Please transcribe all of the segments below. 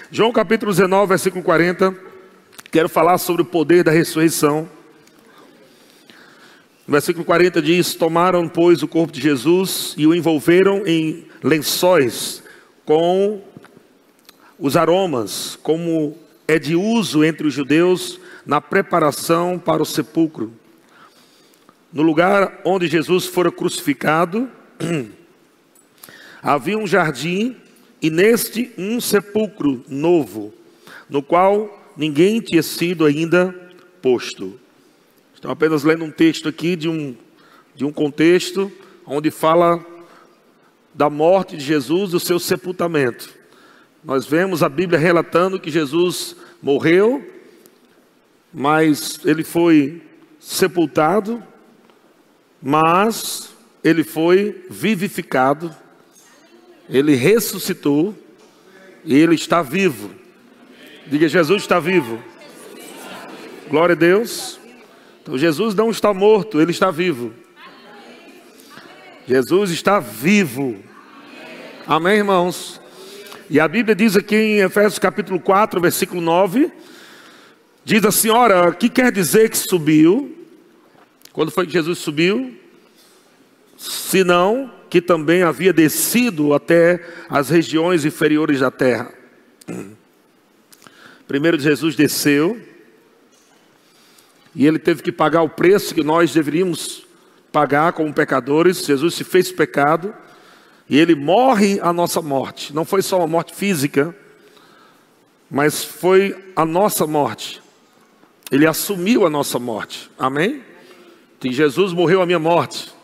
João capítulo 19, versículo 40. Quero falar sobre o poder da ressurreição. No versículo 40 diz: tomaram, pois, o corpo de Jesus e o envolveram em lençóis com os aromas, como é de uso entre os judeus na preparação para o sepulcro. No lugar onde Jesus fora crucificado, havia um jardim e neste um sepulcro novo, no qual ninguém tinha sido ainda posto. Estou apenas lendo um texto aqui de um contexto onde fala da morte de Jesus, do seu sepultamento. Nós vemos a Bíblia relatando que Jesus morreu, mas ele foi sepultado, mas ele foi vivificado, ele ressuscitou e ele está vivo. Diga: Jesus está vivo. Glória a Deus. Então Jesus não está morto, ele está vivo. Jesus está vivo. Amém, irmãos? E a Bíblia diz aqui em Efésios capítulo 4, versículo 9, diz assim: ora, o que quer dizer que subiu? Quando foi que Jesus subiu? Senão que também havia descido até as regiões inferiores da terra. Primeiro Jesus desceu, e ele teve que pagar o preço que nós deveríamos pagar como pecadores. Jesus se fez pecado, e ele morre a nossa morte. Não foi só uma morte física, mas foi a nossa morte. Ele assumiu a nossa morte. Amém? E Jesus morreu a minha morte.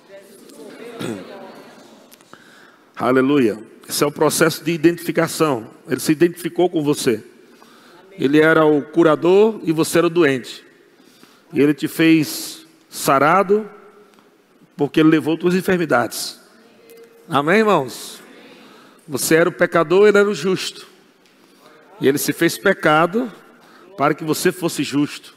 Aleluia. Esse é o processo de identificação. Ele se identificou com você. Ele era o curador e você era o doente. E ele te fez sarado, porque ele levou tuas enfermidades. Amém, irmãos? Você era o pecador, ele era o justo. E ele se fez pecado para que você fosse justo.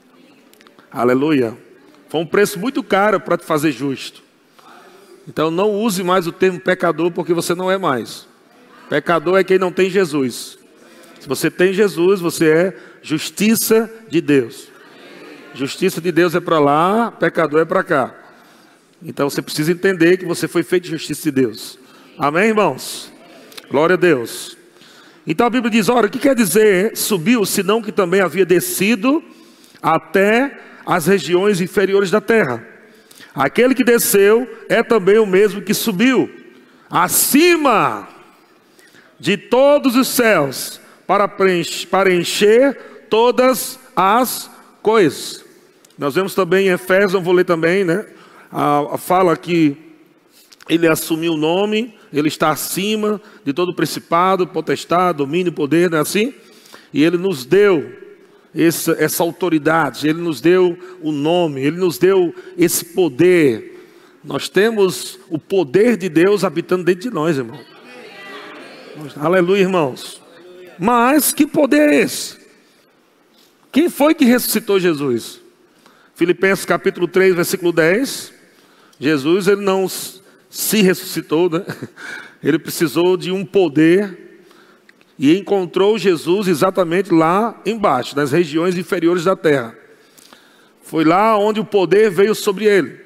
Aleluia. Foi um preço muito caro para te fazer justo. Então não use mais o termo pecador, porque você não é mais. Pecador é quem não tem Jesus. Se você tem Jesus, você é justiça de Deus. Justiça de Deus é para lá, pecador é para cá. Então você precisa entender que você foi feito de justiça de Deus. Amém, irmãos? Glória a Deus. Então a Bíblia diz: ora, o que quer dizer subiu, senão que também havia descido até as regiões inferiores da terra? Aquele que desceu é também o mesmo que subiu acima de todos os céus para encher todas as coisas. Nós vemos também em Efésios, eu vou ler também, né? Fala que ele assumiu o nome, ele está acima de todo principado, potestade, domínio, poder, não é assim? E ele nos deu essa autoridade, ele nos deu o nome, ele nos deu esse poder. Nós temos o poder de Deus habitando dentro de nós, irmão. Aleluia, irmãos. Mas que poder é esse? Quem foi que ressuscitou Jesus? Filipenses capítulo 3, versículo 10. Jesus, ele não se ressuscitou, né? Ele precisou de um poder. E encontrou Jesus exatamente lá embaixo, nas regiões inferiores da terra. Foi lá onde o poder veio sobre ele.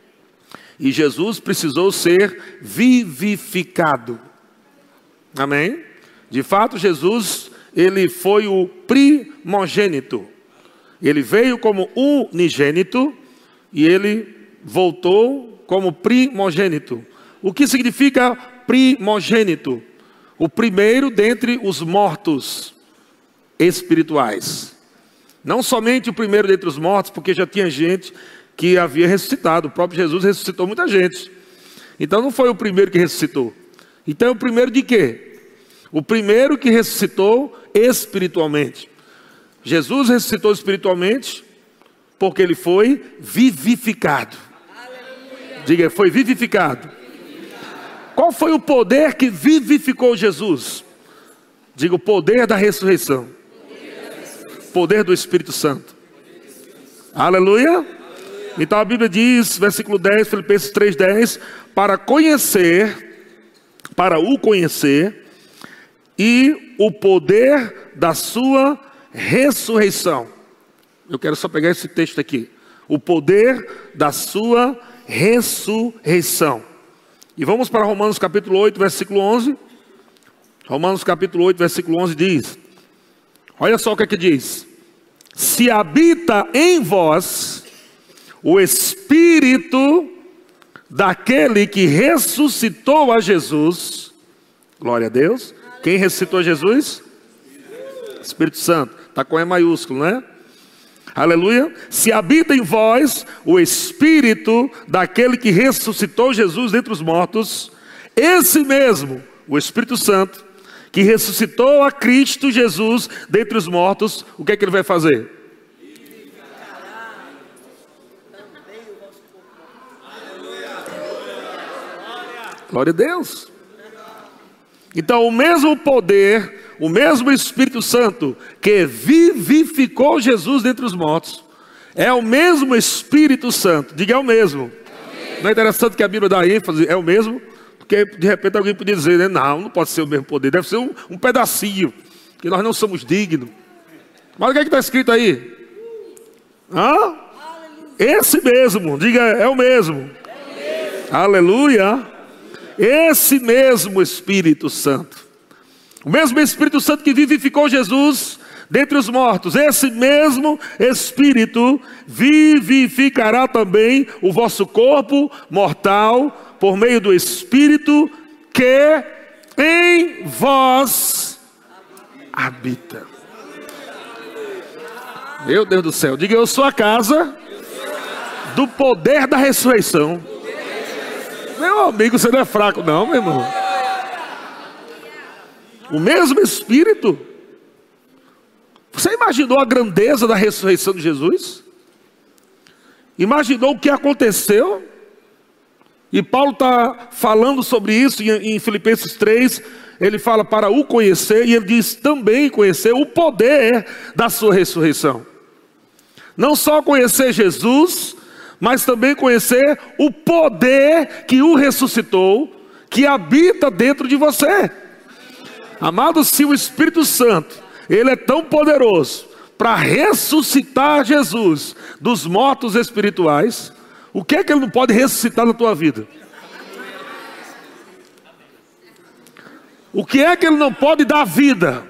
E Jesus precisou ser vivificado. Amém? De fato, Jesus, ele foi o primogênito. Ele veio como unigênito e ele voltou como primogênito. O que significa primogênito? O primeiro dentre os mortos espirituais. Não somente o primeiro dentre os mortos, porque já tinha gente que havia ressuscitado. O próprio Jesus ressuscitou muita gente. Então não foi o primeiro que ressuscitou. Então é o primeiro de quê? O primeiro que ressuscitou espiritualmente. Jesus ressuscitou espiritualmente porque ele foi vivificado. Diga, foi vivificado. Qual foi o poder que vivificou Jesus? Diga, o poder da ressurreição. Poder do Espírito Santo. Aleluia. Então a Bíblia diz, versículo 10, Filipenses 3:10, para o conhecer e o poder da sua ressurreição. Eu quero só pegar esse texto aqui. O poder da sua ressurreição. E vamos para Romanos capítulo 8, versículo 11. Romanos capítulo 8, versículo 11 diz: olha só o que é que diz: se habita em vós o Espírito daquele que ressuscitou a Jesus. Glória a Deus. Quem ressuscitou Jesus? Espírito Santo. Está com E maiúsculo, né? Aleluia. Se habita em vós o Espírito daquele que ressuscitou Jesus dentre os mortos, esse mesmo, o Espírito Santo, que ressuscitou a Cristo Jesus dentre os mortos, o que é que ele vai fazer? Glória a Deus. Então, o mesmo poder, o mesmo Espírito Santo que vivificou Jesus dentre os mortos, é o mesmo Espírito Santo. Diga, é o mesmo. Não é interessante que a Bíblia dá ênfase, é o mesmo? Porque de repente alguém podia dizer, né? Não pode ser o mesmo poder, deve ser um pedacinho, que nós não somos dignos. Mas o que é que está escrito aí? Esse mesmo, diga, é o mesmo. Aleluia. Esse mesmo Espírito Santo, o mesmo Espírito Santo que vivificou Jesus dentre os mortos, esse mesmo Espírito vivificará também o vosso corpo mortal por meio do Espírito que em vós habita. Meu Deus do céu, diga, eu sou a casa do poder da ressurreição. Meu amigo, você não é fraco não, meu irmão. O mesmo Espírito. Você imaginou a grandeza da ressurreição de Jesus? Imaginou o que aconteceu? E Paulo está falando sobre isso em Filipenses 3. Ele fala para o conhecer, e ele diz também conhecer o poder da sua ressurreição. Não só conhecer Jesus, mas também conhecer o poder que o ressuscitou, que habita dentro de você. Amado, se o Espírito Santo, ele é tão poderoso para ressuscitar Jesus dos mortos espirituais, o que é que ele não pode ressuscitar na tua vida? O que é que ele não pode dar vida?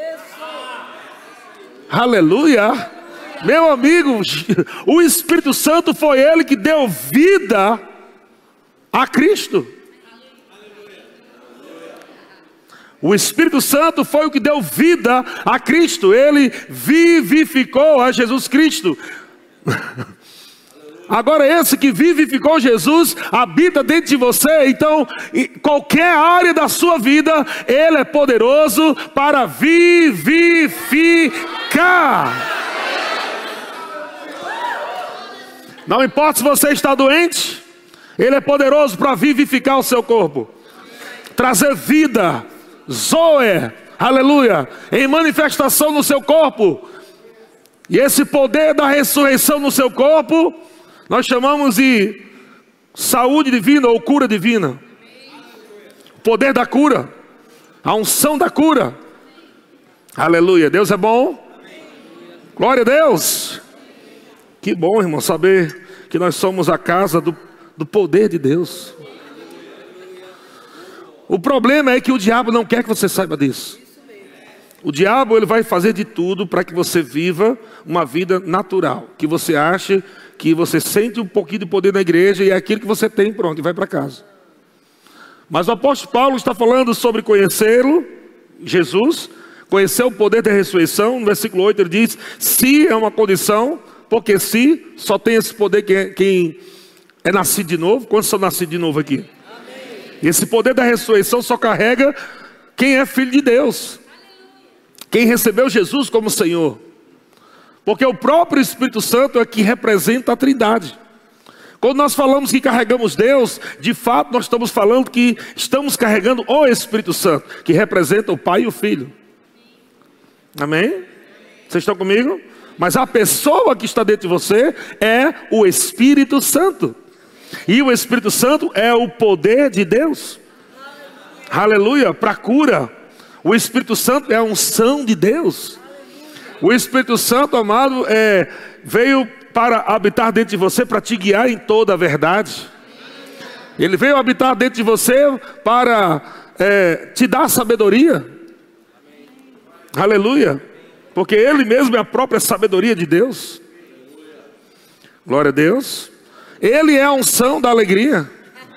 Aleluia. Meu amigo, o Espírito Santo foi ele que deu vida a Cristo. O Espírito Santo foi o que deu vida a Cristo. Ele vivificou a Jesus Cristo. Agora esse que vivificou Jesus habita dentro de você. Então, qualquer área da sua vida, ele é poderoso para vivificar. Não importa se você está doente, ele é poderoso para vivificar o seu corpo, trazer vida, zoe, aleluia, em manifestação no seu corpo. E esse poder da ressurreição no seu corpo, nós chamamos de saúde divina ou cura divina. O poder da cura, a unção da cura. Aleluia, Deus é bom. Glória a Deus. Que bom, irmão, saber que nós somos a casa do poder de Deus. O problema é que o diabo não quer que você saiba disso. O diabo, ele vai fazer de tudo para que você viva uma vida natural, que você ache que você sente um pouquinho de poder na igreja e é aquilo que você tem, pronto, e vai para casa. Mas o apóstolo Paulo está falando sobre conhecê-lo, Jesus, conhecer o poder da ressurreição. No versículo 8 ele diz, se é uma condição, porque se só tem esse poder quem é nascido de novo. Quantos são nascidos de novo aqui? Amém. Esse poder da ressurreição só carrega quem é filho de Deus, quem recebeu Jesus como Senhor. Porque o próprio Espírito Santo é que representa a Trindade. Quando nós falamos que carregamos Deus, de fato nós estamos falando que estamos carregando o Espírito Santo, que representa o Pai e o Filho. Amém? Vocês estão comigo? Mas a pessoa que está dentro de você é o Espírito Santo. E o Espírito Santo é o poder de Deus. Aleluia, para cura. O Espírito Santo é a unção de Deus. O Espírito Santo, amado, veio para habitar dentro de você, para te guiar em toda a verdade. Ele veio habitar dentro de você para te dar sabedoria. Aleluia. Porque Ele mesmo é a própria sabedoria de Deus. Glória a Deus. Ele é a unção da alegria.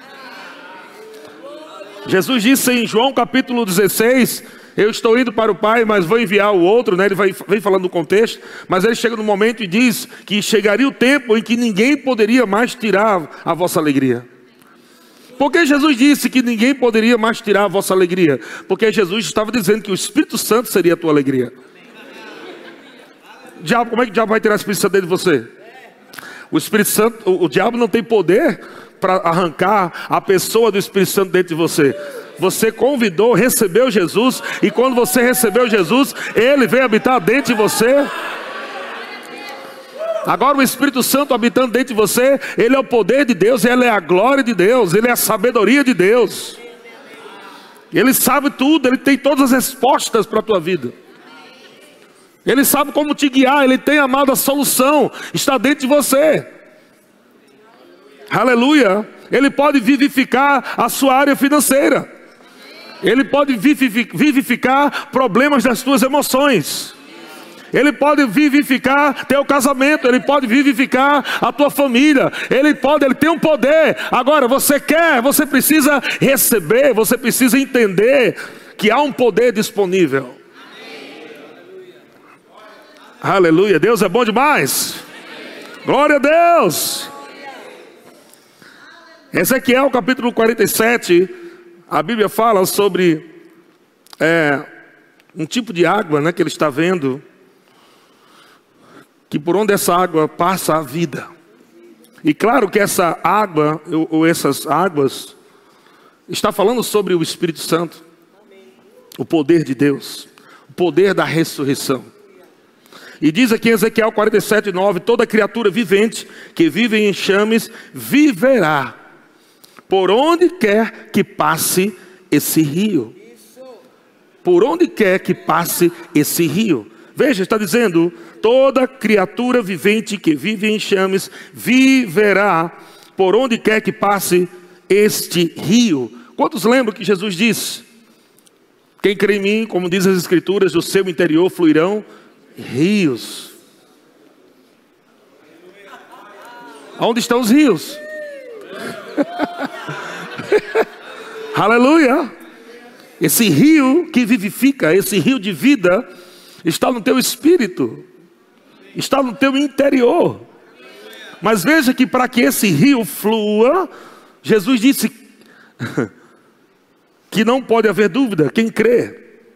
Jesus disse em João capítulo 16, eu estou indo para o Pai, mas vou enviar o outro, né? Ele vem falando no contexto, mas ele chega no momento e diz que chegaria o tempo em que ninguém poderia mais tirar a vossa alegria. Por que Jesus disse que ninguém poderia mais tirar a vossa alegria? Porque Jesus estava dizendo que o Espírito Santo seria a tua alegria. Diabo, como é que o diabo vai tirar o Espírito Santo dentro de você? O Espírito Santo, o diabo não tem poder para arrancar a pessoa do Espírito Santo dentro de você. Você convidou, recebeu Jesus, e quando você recebeu Jesus, Ele veio habitar dentro de você. Agora o Espírito Santo habitando dentro de você, Ele é o poder de Deus, Ele é a glória de Deus, Ele é a sabedoria de Deus. Ele sabe tudo, Ele tem todas as respostas para a tua vida. Ele sabe como te guiar, Ele tem, amado, a solução, está dentro de você. Aleluia. Ele pode vivificar a sua área financeira. Ele pode vivificar problemas das tuas emoções. Ele pode vivificar teu casamento. Ele pode vivificar a tua família. Ele tem um poder. Agora você precisa receber, você precisa entender que há um poder disponível. Aleluia, Deus é bom demais. Glória a Deus. Ezequiel capítulo 47, a Bíblia fala sobre um tipo de água, né, que ele está vendo, que por onde essa água passa a vida. E claro que essa água, ou essas águas, está falando sobre o Espírito Santo, o poder de Deus, o poder da ressurreição. E diz aqui em Ezequiel 47, 9, toda criatura vivente que vive em enxames viverá, por onde quer que passe esse rio. Por onde quer que passe esse rio. Veja, está dizendo, toda criatura vivente que vive em enxames viverá, por onde quer que passe este rio. Quantos lembram que Jesus disse? Quem crê em mim, como diz as Escrituras, do seu interior fluirão rios. Onde estão os rios? Aleluia. Esse rio que vivifica, esse rio de vida, está no teu espírito, está no teu interior. Mas veja que para que esse rio flua, Jesus disse que não pode haver dúvida, quem crê.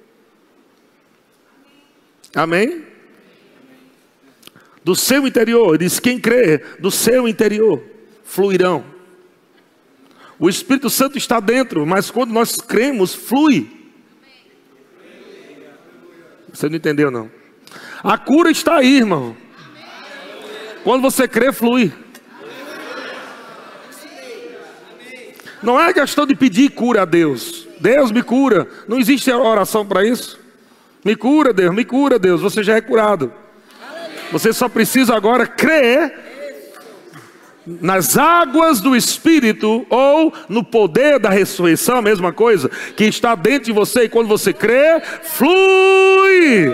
Amém? Do seu interior, ele diz, quem crê, do seu interior fluirão. O Espírito Santo está dentro, mas quando nós cremos, flui. Você não entendeu, não? A cura está aí, irmão. Quando você crê, flui. Não é questão de pedir cura a Deus. Deus me cura. Não existe oração para isso. Me cura, Deus. Você já é curado. Você só precisa agora crer nas águas do Espírito ou no poder da ressurreição, a mesma coisa, que está dentro de você, e quando você crê, flui.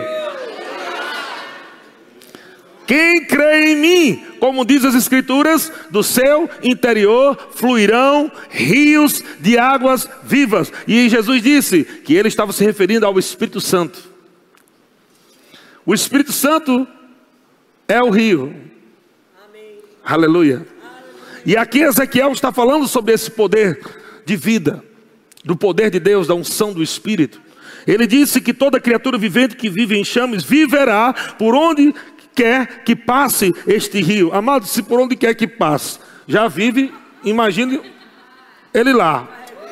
Quem crê em mim, como diz as Escrituras, do seu interior fluirão rios de águas vivas. E Jesus disse que ele estava se referindo ao Espírito Santo. O Espírito Santo é o rio. Amém. Aleluia. E aqui Ezequiel está falando sobre esse poder de vida, do poder de Deus, da unção do Espírito. Ele disse que toda criatura vivente que vive em enxames viverá por onde quer que passe este rio. Amado, se por onde quer que passe já vive, imagine ele lá,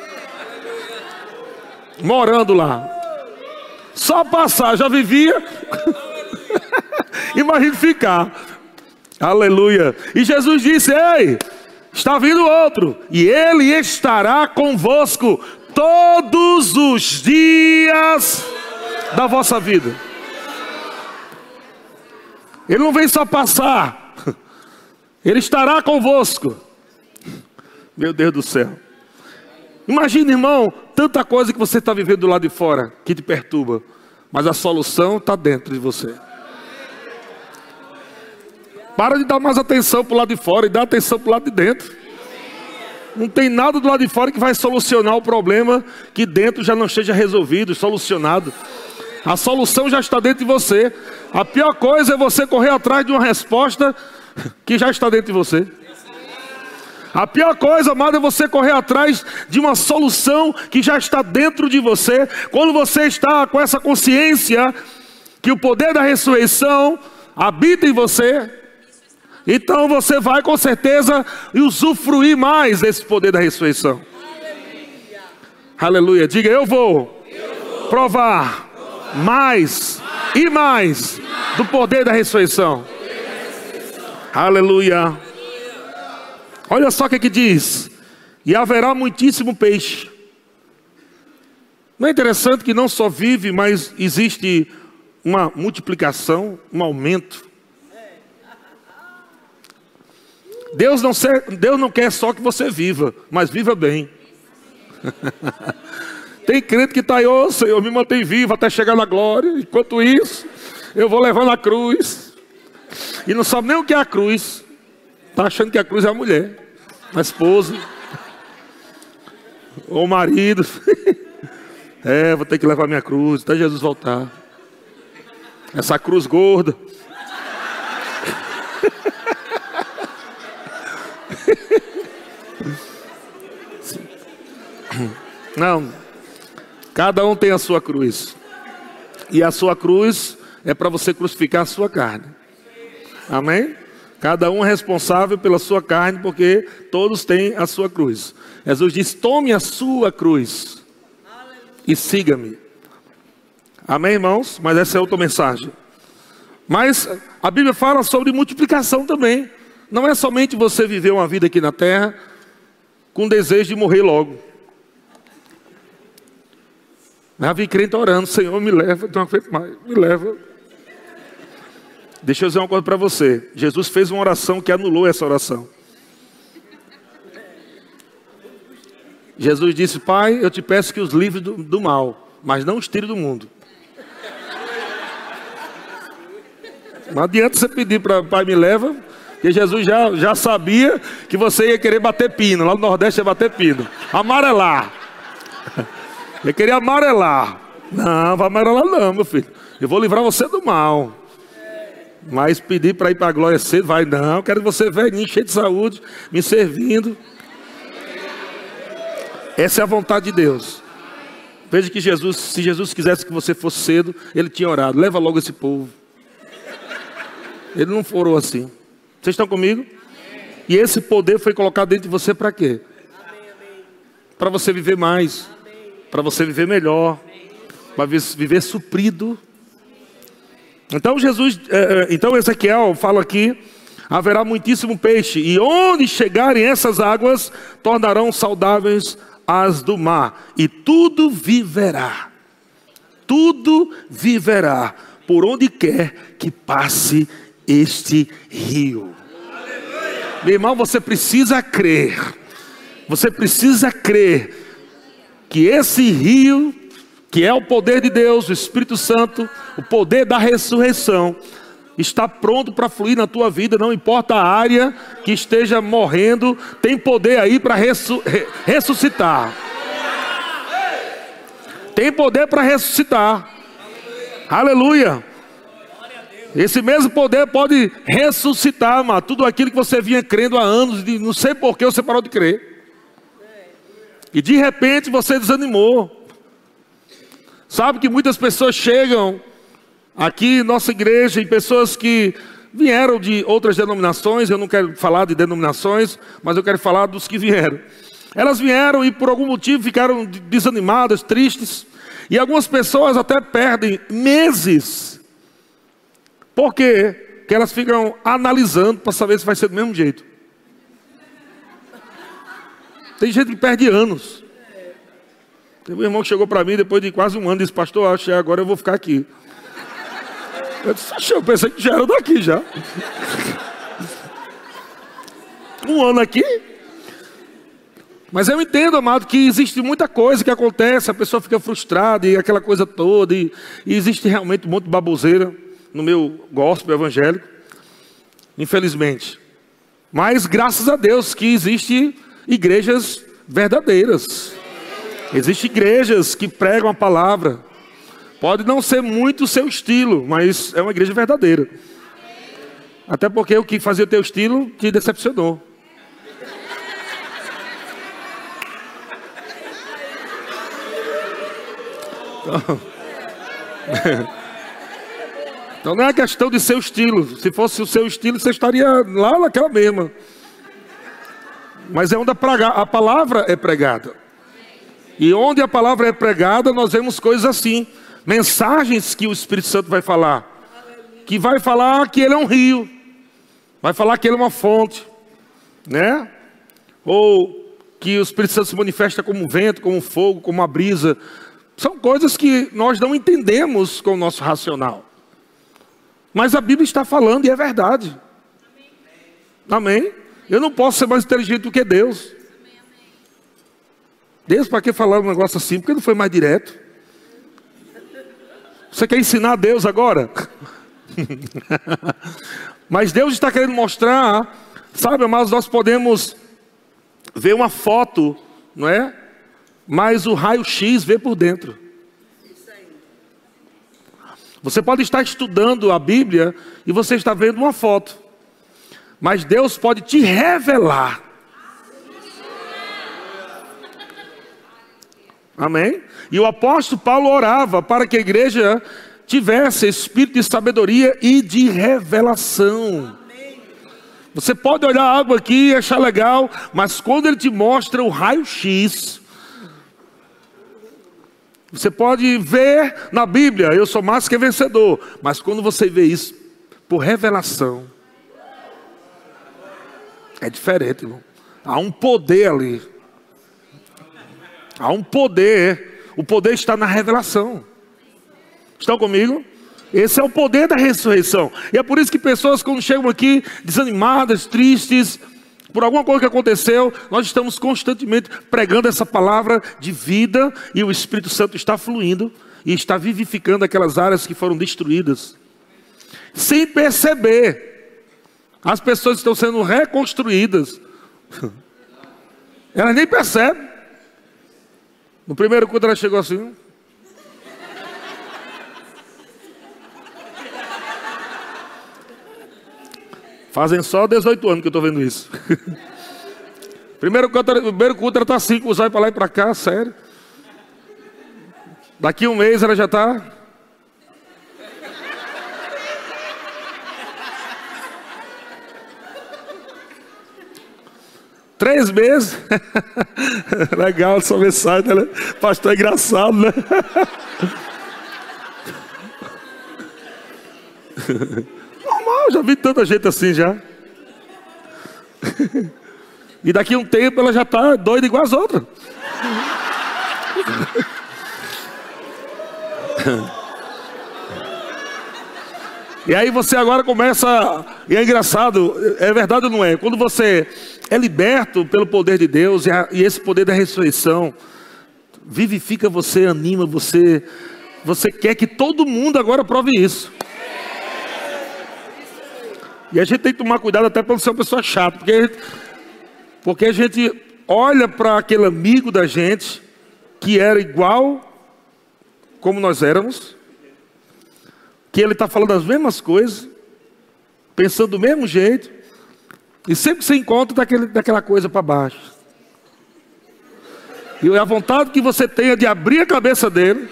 morando lá. Só passar, já vivia. Imagine ficar. Aleluia. E Jesus disse, ei, está vindo outro, e ele estará convosco todos os dias da vossa vida. Ele não vem só passar, Ele estará convosco. Meu Deus do céu. Imagina, irmão, tanta coisa que você está vivendo do lado de fora, que te perturba. Mas a solução está dentro de você. Para de dar mais atenção para o lado de fora e dá atenção para o lado de dentro. Não tem nada do lado de fora que vai solucionar o problema que dentro já não esteja resolvido, solucionado. A solução já está dentro de você. A pior coisa é você correr atrás de uma resposta que já está dentro de você. A pior coisa, amado, é você correr atrás de uma solução que já está dentro de você. Quando você está com essa consciência que o poder da ressurreição habita em você, então você vai com certeza usufruir mais desse poder da ressurreição. Aleluia. Aleluia. Diga, eu vou provar mais e mais do poder da ressurreição. Aleluia. Olha só o que diz. E haverá muitíssimo peixe. Não é interessante que não só vive, mas existe uma multiplicação, um aumento. Deus não quer só que você viva, mas viva bem. Tem crente que está aí, ô Senhor, me mantém vivo até chegar na glória. Enquanto isso, eu vou levando a cruz. E não sabe nem o que é a cruz. Está achando que a cruz é a mulher, a esposa, ou o marido. Vou ter que levar minha cruz até Jesus voltar. Essa cruz gorda. Não, cada um tem a sua cruz. E a sua cruz é para você crucificar a sua carne. Amém? Cada um é responsável pela sua carne, porque todos têm a sua cruz. Jesus diz, tome a sua cruz e siga-me. Amém, irmãos? Mas essa é outra mensagem. Mas a Bíblia fala sobre multiplicação também. Não é somente você viver uma vida aqui na terra com desejo de morrer logo. Já vi crente orando, Senhor, me leva, de uma vez mais, me leva. Deixa eu dizer uma coisa para você. Jesus fez uma oração que anulou essa oração. Jesus disse, Pai, eu te peço que os livre do mal, mas não os tire do mundo. Não adianta você pedir para Pai me leva, porque Jesus já sabia que você ia querer bater pino. Lá no Nordeste ia bater pino. Amarelar. Eu queria amarelar. Não, vai amarelar não, meu filho. Eu vou livrar você do mal. Mas pedir para ir para a glória cedo, vai não. Eu quero você velhinho, cheio de saúde, me servindo. Essa é a vontade de Deus. Veja que Jesus, se Jesus quisesse que você fosse cedo, Ele tinha orado. Leva logo esse povo. Ele não orou assim. Vocês estão comigo? E esse poder foi colocado dentro de você para quê? Para você viver mais. Para você viver melhor. Para viver suprido. Então Ezequiel fala aqui, haverá muitíssimo peixe, e onde chegarem essas águas, tornarão saudáveis as do mar, e tudo viverá por onde quer que passe este rio. Aleluia. Meu irmão, você precisa crer que esse rio, que é o poder de Deus, o Espírito Santo, o poder da ressurreição, está pronto para fluir na tua vida. Não importa a área que esteja morrendo, tem poder aí para ressuscitar. Tem poder para ressuscitar. Aleluia. Esse mesmo poder pode ressuscitar, amado, tudo aquilo que você vinha crendo há anos, e não sei por que você parou de crer. E de repente você desanimou. Sabe que muitas pessoas chegam aqui em nossa igreja, e pessoas que vieram de outras denominações. Eu não quero falar de denominações, mas eu quero falar dos que vieram. Elas vieram e por algum motivo ficaram desanimadas, tristes. E algumas pessoas até perdem meses. Por quê? Porque elas ficam analisando para saber se vai ser do mesmo jeito. Tem gente que perde anos. Teve um irmão que chegou para mim depois de quase um ano e disse: pastor, acho que agora eu vou ficar aqui. Eu disse: eu pensei que já era daqui já. Um ano aqui. Mas eu entendo, amado, que existe muita coisa que acontece, a pessoa fica frustrada e aquela coisa toda, e existe realmente um monte de baboseira no meu gospel evangélico, infelizmente. Mas graças a Deus que existem igrejas verdadeiras. Existem igrejas que pregam a palavra. Pode não ser muito o seu estilo, mas é uma igreja verdadeira. Até porque o que fazia o teu estilo te decepcionou. Então não é questão de seu estilo. Se fosse o seu estilo, você estaria lá naquela mesma. Mas é onde a palavra é pregada. E onde a palavra é pregada, nós vemos coisas assim. Mensagens que o Espírito Santo vai falar. Que vai falar que ele é um rio. Vai falar que ele é uma fonte. Né? Ou que o Espírito Santo se manifesta como um vento, como um fogo, como uma brisa. São coisas que nós não entendemos com o nosso racional. Mas a Bíblia está falando e é verdade. Amém? Eu não posso ser mais inteligente do que Deus. Deus, para que falar um negócio assim? Porque não foi mais direto. Você quer ensinar a Deus agora? Mas Deus está querendo mostrar, sabe, mas nós podemos ver uma foto, não é? Mas o raio-x vê por dentro. Você pode estar estudando a Bíblia e você está vendo uma foto. Mas Deus pode te revelar. Amém? E o apóstolo Paulo orava para que a igreja tivesse espírito de sabedoria e de revelação. Você pode olhar algo aqui e achar legal, mas quando ele te mostra o raio-x, você pode ver na Bíblia, eu sou mais que vencedor. Mas quando você vê isso por revelação, é diferente, irmão. Há um poder ali. Há um poder. O poder está na revelação. Estão comigo? Esse é o poder da ressurreição. E é por isso que pessoas quando chegam aqui desanimadas, tristes, por alguma coisa que aconteceu, nós estamos constantemente pregando essa palavra de vida e o Espírito Santo está fluindo e está vivificando aquelas áreas que foram destruídas. Sem perceber, as pessoas estão sendo reconstruídas. Elas nem percebem. No primeiro culto ela chegou assim. Fazem só 18 anos que eu estou vendo isso. Primeiro culto ela está assim, com os olhos para lá e para cá, sério. Daqui um mês ela já está. Três meses. Legal essa mensagem, né? Pastor, é engraçado, né? Normal, já vi tanta gente assim já. E daqui a um tempo ela já está doida igual as outras. E aí você agora começa. E é engraçado, é verdade ou não é? Quando você é liberto pelo poder de Deus e esse poder da ressurreição vivifica você, anima você. Você quer que todo mundo agora prove isso. E a gente tem que tomar cuidado até para não ser uma pessoa chata, porque a gente olha para aquele amigo da gente que era igual como nós éramos, que ele está falando as mesmas coisas, pensando do mesmo jeito, e sempre que você encontra daquela coisa para baixo. E a vontade que você tenha de abrir a cabeça dele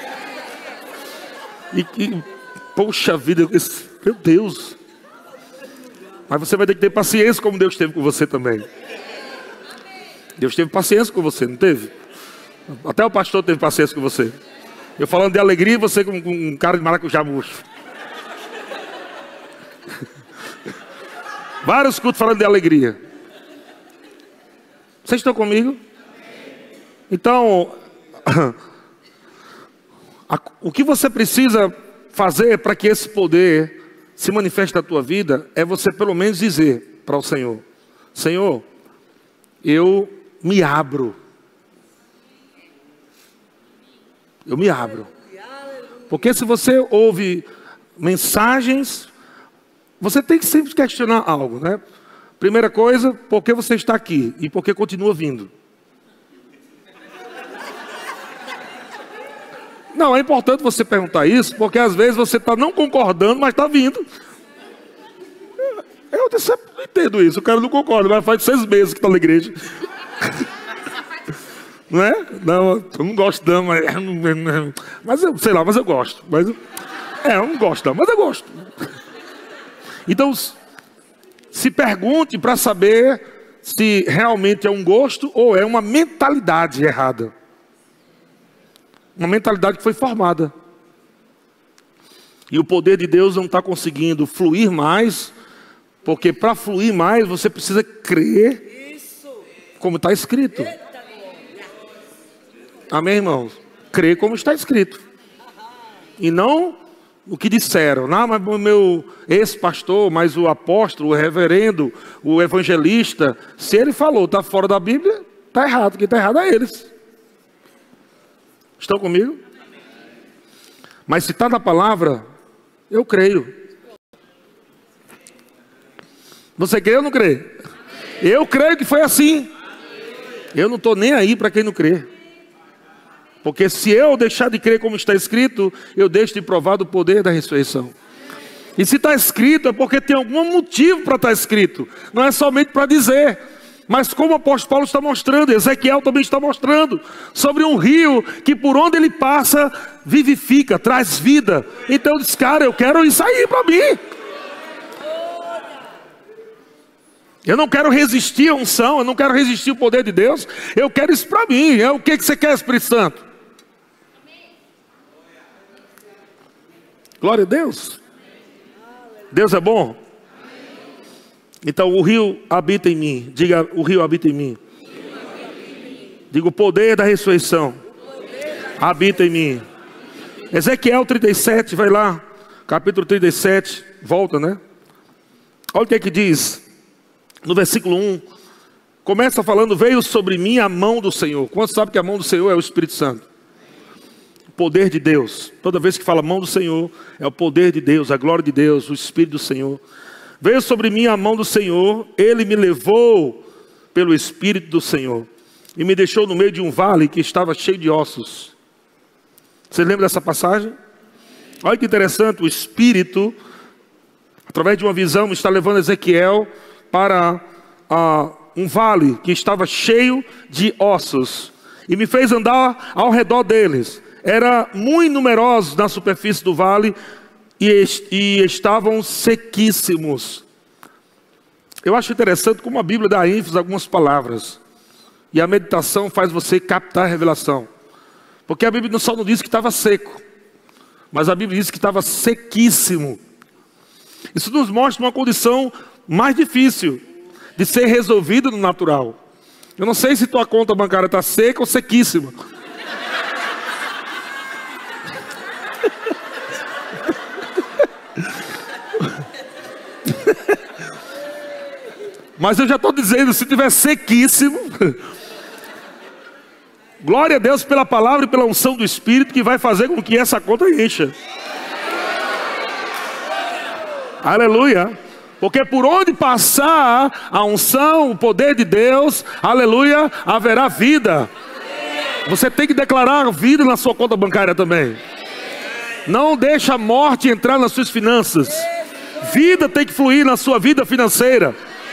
e poxa vida, meu Deus. Mas você vai ter que ter paciência como Deus teve com você também. Deus teve paciência com você, não teve? Até o pastor teve paciência com você. Eu falando de alegria e você com um cara de maracujá murcho. Vários cultos falando de alegria. Vocês estão comigo? Então, O que você precisa fazer para que esse poder se manifeste na tua vida é você pelo menos dizer para o Senhor: Senhor, eu me abro. Eu me abro. Porque se você ouve mensagens, você tem que sempre questionar algo, né? Primeira coisa, por que você está aqui? E por que continua vindo? Não, é importante você perguntar isso, porque às vezes você está não concordando, mas está vindo. Eu sempre não entendo isso, o cara não concorda, mas faz 6 meses que está na igreja. Não é? Não, eu não gosto não, mas eu, sei lá, mas eu gosto. Eu não gosto não, mas eu gosto. Então, se pergunte para saber se realmente é um gosto ou é uma mentalidade errada. Uma mentalidade que foi formada. E o poder de Deus não está conseguindo fluir mais, porque para fluir mais você precisa crer como está escrito. Amém, irmãos? Crer como está escrito. E não o que disseram. Não, mas o meu ex-pastor, mas o apóstolo, o reverendo, o evangelista, se ele falou, está fora da Bíblia, está errado. Quem está errado é eles. Estão comigo? Mas se está na palavra, eu creio. Você crê ou não crê? Eu creio que foi assim. Eu não estou nem aí para quem não crê. Porque se eu deixar de crer como está escrito, eu deixo de provar do poder da ressurreição. E se está escrito, é porque tem algum motivo para estar escrito. Não é somente para dizer. Mas como o apóstolo Paulo está mostrando, Ezequiel também está mostrando, sobre um rio que por onde ele passa, vivifica, traz vida. Então eu disse, cara, eu quero isso aí para mim. Eu não quero resistir à unção, eu não quero resistir ao poder de Deus. Eu quero isso para mim. O que você quer, Espírito Santo? Glória a Deus. Deus é bom. Então o rio habita em mim. Diga, o rio habita em mim. Diga, o poder da ressurreição habita em mim. Ezequiel 37, vai lá. Capítulo 37, volta, né? Olha o que é que diz. No versículo 1. Começa falando, veio sobre mim a mão do Senhor. Quantos sabem que a mão do Senhor é o Espírito Santo? O poder de Deus. Toda vez que fala mão do Senhor, é o poder de Deus, a glória de Deus, o Espírito do Senhor. Veio sobre mim a mão do Senhor, Ele me levou pelo Espírito do Senhor e me deixou no meio de um vale que estava cheio de ossos. Você lembra dessa passagem? Olha que interessante, o Espírito, através de uma visão, está levando Ezequiel para um vale que estava cheio de ossos e me fez andar ao redor deles. Era muito numerosos na superfície do vale e estavam sequíssimos. Eu acho interessante como a Bíblia dá ênfase a algumas palavras. E a meditação faz você captar a revelação. Porque a Bíblia só não diz que estava seco, mas a Bíblia diz que estava sequíssimo. Isso nos mostra uma condição mais difícil de ser resolvida no natural. Eu não sei se tua conta bancária está seca ou sequíssima. Mas eu já estou dizendo, se tiver sequíssimo, glória a Deus pela palavra e pela unção do Espírito que vai fazer com que essa conta encha. Aleluia. Porque por onde passar a unção, o poder de Deus, aleluia, haverá vida. Você tem que declarar vida na sua conta bancária também. Não deixa a morte entrar nas suas finanças. Vida tem que fluir na sua vida financeira.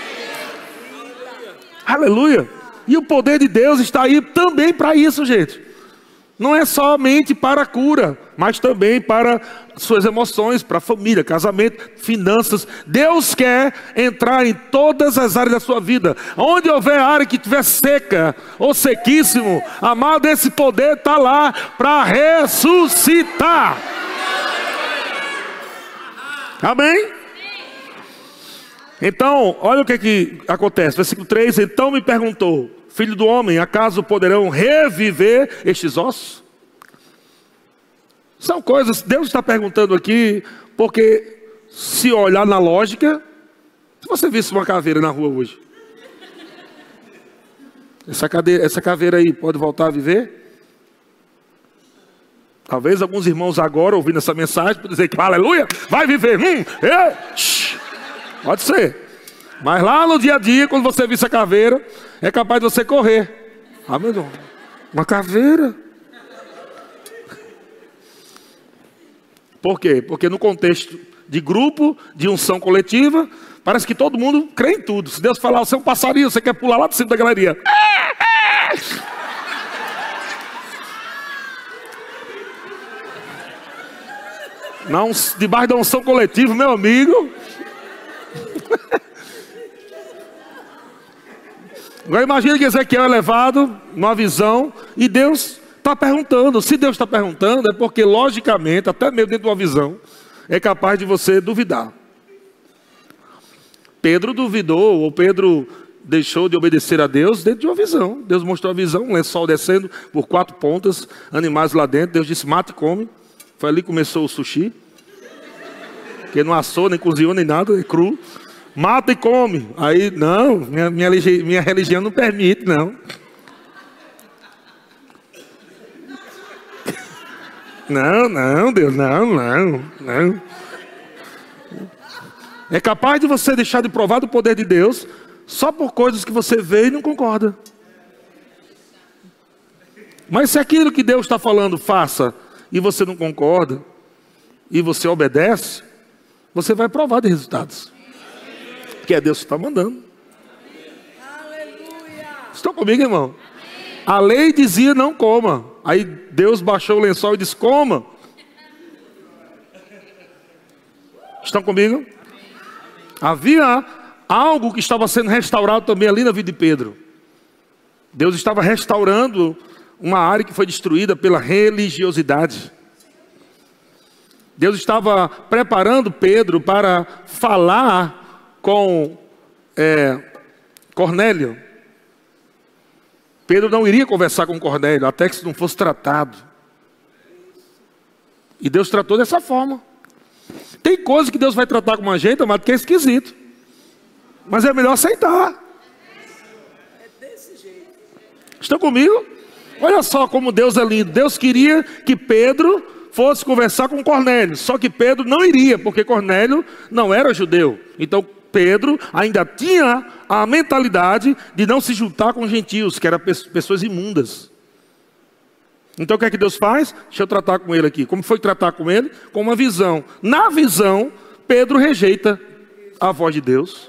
Aleluia. E o poder de Deus está aí também para isso, gente. Não é somente para a cura, mas também para suas emoções, para a família, casamento, finanças. Deus quer entrar em todas as áreas da sua vida. Onde houver área que estiver seca ou sequíssimo, amado, esse poder está lá para ressuscitar. Amém? Então, olha o que acontece. Versículo 3, então me perguntou, Filho do homem, acaso poderão reviver estes ossos? São coisas, Deus está perguntando aqui, porque se olhar na lógica, se você visse uma caveira na rua hoje, essa caveira aí pode voltar a viver? Talvez alguns irmãos agora, ouvindo essa mensagem, podem dizer que aleluia, vai viver. Pode ser. Mas lá no dia a dia, quando você visse a caveira, é capaz de você correr. Ah, meu Deus, uma caveira. Por quê? Porque no contexto de grupo, de unção coletiva, parece que todo mundo crê em tudo. Se Deus falar, você é um passarinho, você quer pular lá de cima da galeria. Não, debaixo da unção coletiva, meu amigo. Agora imagine que Ezequiel é levado numa visão e Deus está perguntando. Se Deus está perguntando, é porque logicamente, até mesmo dentro de uma visão, é capaz de você duvidar. Pedro duvidou, ou Pedro deixou de obedecer a Deus dentro de uma visão. Deus mostrou a visão, um lençol descendo por 4 pontas, animais lá dentro. Deus disse, mata e come. Foi ali que começou o sushi. Que não assou, nem cozinhou, nem nada, é cru. Mata e come. Aí, não, minha religião não permite, não. Não, Deus, não. É capaz de você deixar de provar do poder de Deus só por coisas que você vê e não concorda. Mas se aquilo que Deus está falando faça e você não concorda e você obedece, você vai provar de resultados. Que é Deus que está mandando. Estão comigo, irmão? A lei dizia não coma. Aí Deus baixou o lençol e disse coma. Estão comigo? Havia algo que estava sendo restaurado também ali na vida de Pedro. Deus estava restaurando uma área que foi destruída pela religiosidade. Deus estava preparando Pedro para falar com Cornélio. Pedro não iria conversar com Cornélio até que isso não fosse tratado. E Deus tratou dessa forma. Tem coisa que Deus vai tratar com a gente, amado, que é esquisito. Mas é melhor aceitar. Estão comigo? Olha só como Deus é lindo. Deus queria que Pedro fosse conversar com Cornélio. Só que Pedro não iria, porque Cornélio não era judeu. Então Pedro ainda tinha a mentalidade de não se juntar com gentios, que eram pessoas imundas. Então o que é que Deus faz? Deixa eu tratar com ele aqui. Como foi tratar com ele? Com uma visão. Na visão, Pedro rejeita a voz de Deus.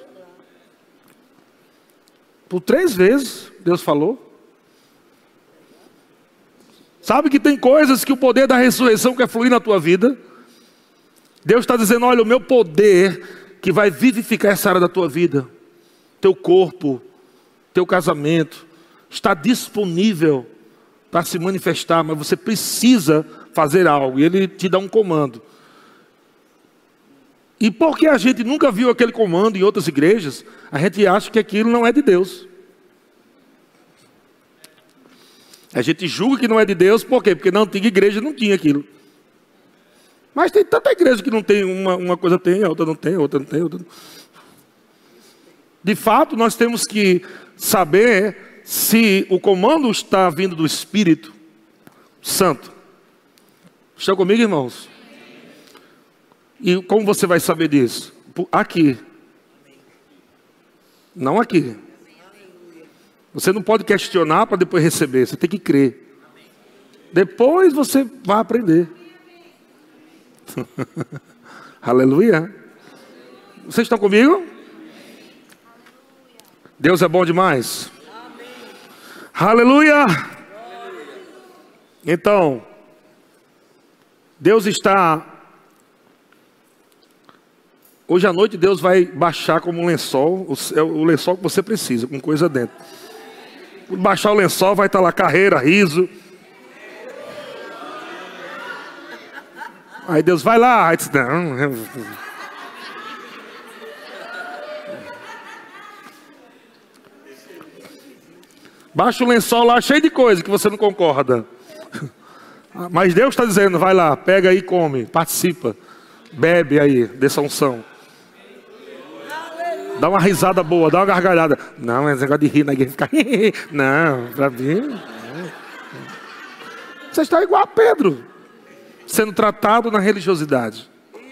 Por 3 vezes Deus falou. Sabe que tem coisas que o poder da ressurreição quer fluir na tua vida. Deus está dizendo, olha, o meu poder que vai vivificar essa área da tua vida, teu corpo, teu casamento, está disponível para se manifestar, mas você precisa fazer algo, e Ele te dá um comando. E porque a gente nunca viu aquele comando em outras igrejas, a gente acha que aquilo não é de Deus. A gente julga que não é de Deus, por quê? Porque na antiga igreja não tinha aquilo. Mas tem tanta igreja que não tem, uma coisa tem, a outra não tem, a outra não tem, a outra não. De fato, nós temos que saber se o comando está vindo do Espírito Santo. Estão comigo, irmãos? E como você vai saber disso? Aqui. Não aqui. Você não pode questionar para depois receber. Você tem que crer. Depois você vai aprender. Aleluia. Vocês estão comigo? Deus é bom demais. Aleluia. Então, Deus está... Hoje à noite Deus vai baixar como um lençol, o lençol que você precisa, com coisa dentro. Baixar o lençol, vai estar lá carreira, riso. Aí Deus vai lá, aí diz, não. Baixa o lençol lá cheio de coisa que você não concorda. Mas Deus está dizendo, vai lá, pega aí e come, participa. Bebe aí dessa unção. Dá uma risada boa, dá uma gargalhada. Não, esse negócio de rir, ninguém fica... Não, para mim... Você está igual a Pedro, sendo tratado na religiosidade.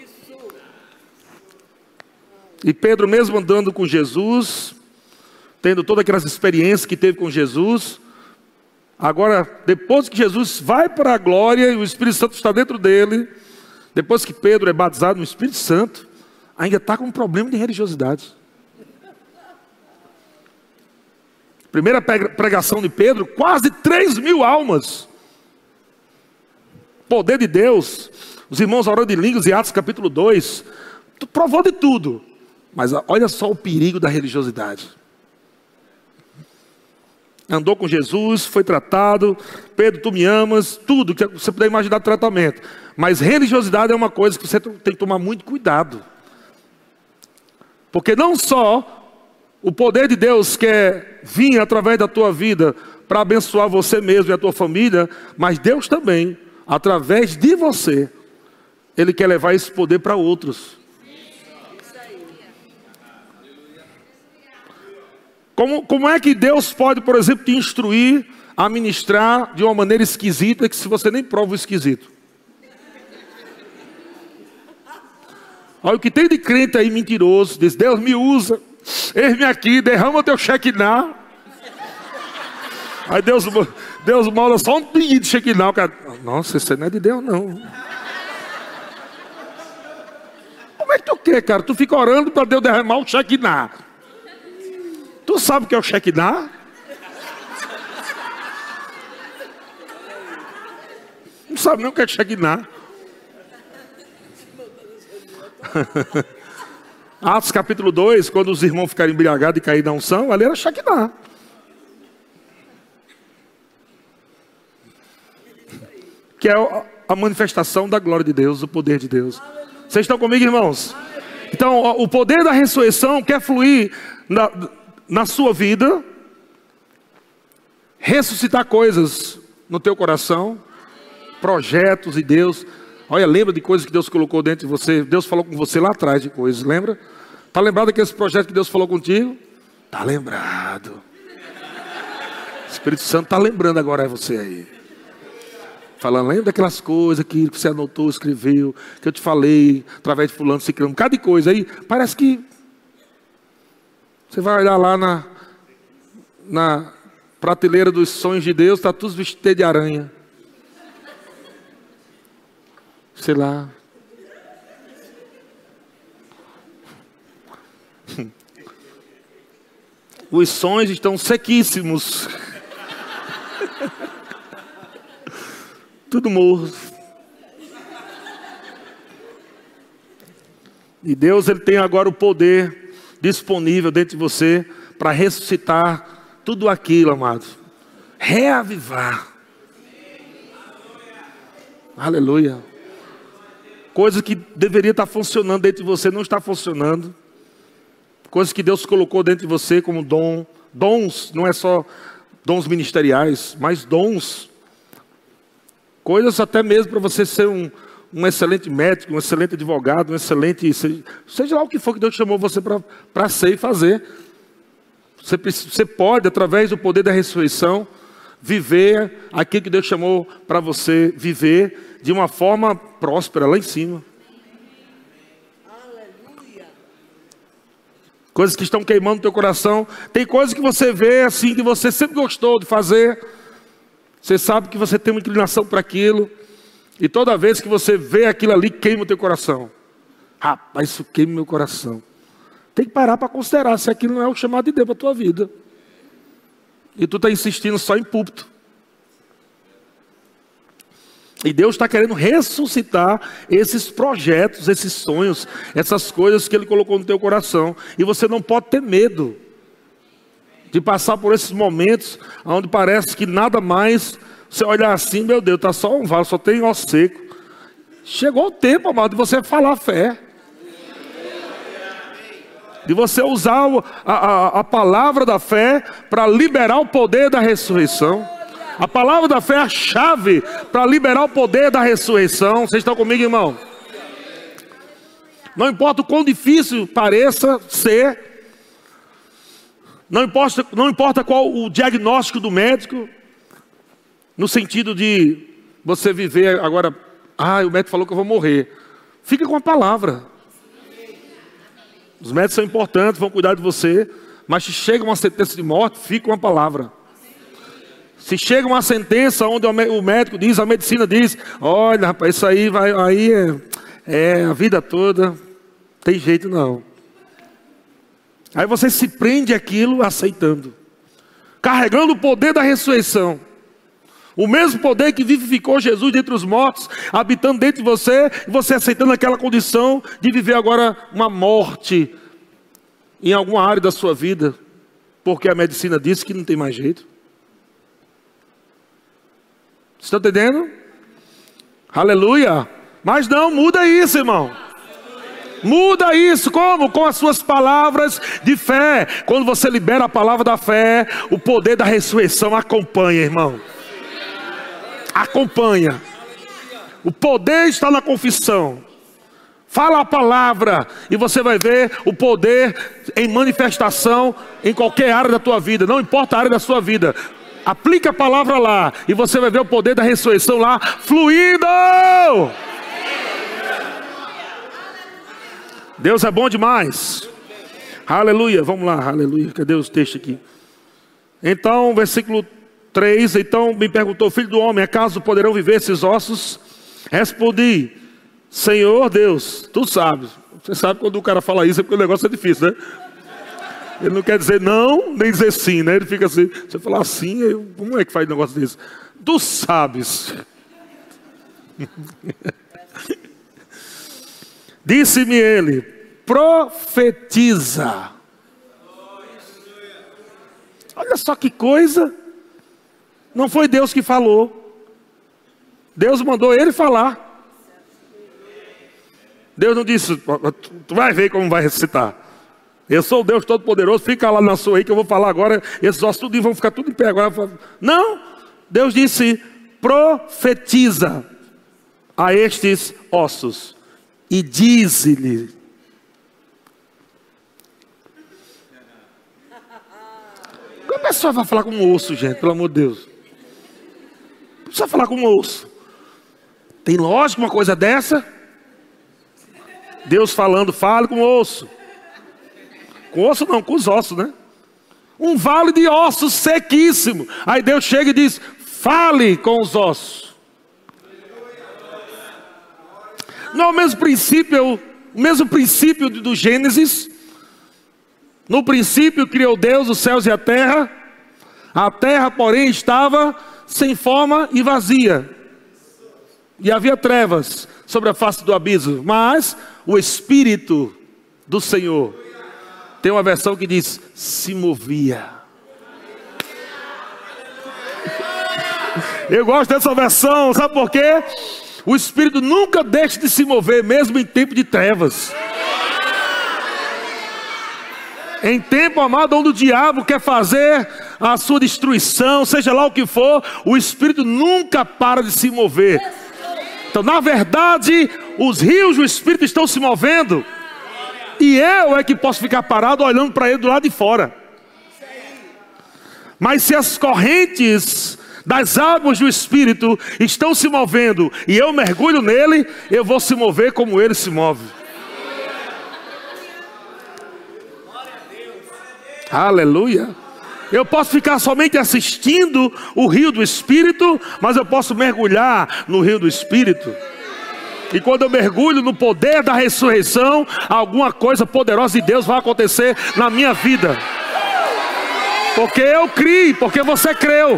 E Pedro, mesmo andando com Jesus, tendo todas aquelas experiências que teve com Jesus, agora, depois que Jesus vai para a glória e o Espírito Santo está dentro dele, depois que Pedro é batizado no Espírito Santo, ainda está com um problema de religiosidade. Primeira pregação de Pedro, quase 3.000 almas. Poder de Deus, os irmãos orando em línguas, em Atos capítulo 2, provou de tudo. Mas olha só o perigo da religiosidade. Andou com Jesus, foi tratado. Pedro, tu me amas, tudo que você puder imaginar de tratamento. Mas religiosidade é uma coisa que você tem que tomar muito cuidado. Porque não só o poder de Deus quer vir através da tua vida para abençoar você mesmo e a tua família, mas Deus também, através de você, Ele quer levar esse poder para outros. Como é que Deus pode, por exemplo, te instruir a ministrar de uma maneira esquisita, que se você nem prova o esquisito? Olha o que tem de crente aí mentiroso, diz, Deus me usa, eis-me aqui, derrama o teu Shekinah. Aí Deus manda só um pinguinho de Shekinah, o cara, nossa, isso não é de Deus não. Como é que tu quer, cara? Tu fica orando para Deus derramar o Shekinah. Tu sabe o que é o Shekinah? Não sabe nem o que é Shekinah. Atos capítulo 2, quando os irmãos ficaram embriagados e caíram na unção, ali era Shekinah. Que é a manifestação da glória de Deus, do poder de Deus. Vocês estão comigo, irmãos? Então, o poder da ressurreição quer fluir na sua vida, ressuscitar coisas no teu coração, projetos de Deus. Olha, lembra de coisas que Deus colocou dentro de você. Deus falou com você lá atrás de coisas, lembra? Está lembrado daqueles projetos que Deus falou contigo? Está lembrado. O Espírito Santo está lembrando agora você aí. Falando, lembra daquelas coisas que você anotou, escreveu, que eu te falei, através de fulano, ciclano, um bocado de coisa aí. Parece que você vai olhar lá na prateleira dos sonhos de Deus, está tudo vestido de aranha. Sei lá. Os sonhos estão sequíssimos. Tudo morto. E Deus, Ele tem agora o poder disponível dentro de você para ressuscitar tudo aquilo, amado. Reavivar. Aleluia. Coisas que deveria estar funcionando dentro de você não está funcionando. Coisas que Deus colocou dentro de você como dom. Dons, não é só dons ministeriais, mas dons. Coisas até mesmo para você ser um excelente médico, um excelente advogado, um excelente... Seja lá o que for que Deus chamou você para ser e fazer. Você pode, através do poder da ressurreição, viver aquilo que Deus chamou para você viver de uma forma próspera lá em cima. Coisas que estão queimando o teu coração. Tem coisas que você vê assim, que você sempre gostou de fazer. Você sabe que você tem uma inclinação para aquilo. E toda vez que você vê aquilo ali, queima o teu coração. Rapaz, isso queima o meu coração. Tem que parar para considerar se aquilo não é o chamado de Deus para a tua vida. E tu está insistindo só em púlpito. E Deus está querendo ressuscitar esses projetos, esses sonhos, essas coisas que Ele colocou no teu coração. E você não pode ter medo de passar por esses momentos onde parece que nada mais, você olhar assim, meu Deus, está só um vale, só tem osso seco. Chegou o tempo, amado, de você falar a fé. de você usar a palavra da fé para liberar o poder da ressurreição. A palavra da fé é a chave para liberar o poder da ressurreição. Vocês estão comigo, irmão? Não importa o quão difícil pareça ser, não importa qual o diagnóstico do médico, no sentido de você viver agora, o médico falou que eu vou morrer. Fica com a palavra. Os médicos são importantes, vão cuidar de você, mas se chega uma sentença de morte, fica com a palavra. Se chega uma sentença onde o médico diz, a medicina diz, olha rapaz, isso aí é a vida toda, tem jeito não. Aí você se prende àquilo aceitando, carregando o poder da ressurreição. O mesmo poder que vivificou Jesus dentre os mortos, habitando dentro de você, e você aceitando aquela condição de viver agora uma morte em alguma área da sua vida, porque a medicina disse que não tem mais jeito. Estão entendendo? Aleluia! Mas não, muda isso, irmão. Muda isso, como? Com as suas palavras de fé. Quando você libera a palavra da fé, o poder da ressurreição acompanha, irmão. Acompanha. O poder está na confissão. Fala a palavra e você vai ver o poder em manifestação em qualquer área da tua vida. Não importa a área da sua vida. Aplica a palavra lá e você vai ver o poder da ressurreição lá fluindo. Deus é bom demais. Aleluia. Vamos lá, aleluia. Cadê os textos aqui? Então, versículo 3, então me perguntou, filho do homem, acaso poderão viver esses ossos? Respondi, Senhor Deus, tu sabes. Você sabe quando o cara fala isso é porque o negócio é difícil, né? Ele não quer dizer não, nem dizer sim, né? Ele fica assim, você falar assim, como é que faz um negócio desse? Tu sabes. Disse-me ele, profetiza. Olha só que coisa. Não foi Deus que falou. Deus mandou ele falar. Deus não disse, tu vai ver como vai ressuscitar. Eu sou o Deus Todo-Poderoso, fica lá na sua aí que eu vou falar agora. Esses ossos tudo vão ficar tudo em pé agora. Não, Deus disse, profetiza a estes ossos. E diz-lhe. Como a pessoa vai falar com um osso, gente, pelo amor de Deus? Não precisa falar com um osso. Tem lógica uma coisa dessa? Deus falando, fale com o osso. Com osso não, com os ossos, né? Um vale de ossos sequíssimo. Aí Deus chega e diz, fale com os ossos. Não é o mesmo princípio do Gênesis. No princípio criou Deus os céus e a terra. A terra, porém, estava sem forma e vazia. E havia trevas sobre a face do abismo. Mas o Espírito do Senhor, tem uma versão que diz, se movia. Eu gosto dessa versão, sabe por quê? O Espírito nunca deixa de se mover, mesmo em tempo de trevas. Em tempo, amado, onde o diabo quer fazer a sua destruição, seja lá o que for, o Espírito nunca para de se mover. Então, na verdade, os rios do Espírito estão se movendo. E eu é que posso ficar parado olhando para ele do lado de fora. Mas se as correntes das águas do Espírito estão se movendo e eu mergulho nele, eu vou se mover como ele se move. Aleluia. Eu posso ficar somente assistindo o rio do Espírito, mas eu posso mergulhar no rio do Espírito. E quando eu mergulho no poder da ressurreição, alguma coisa poderosa de Deus vai acontecer na minha vida. Porque eu criei, porque você creu.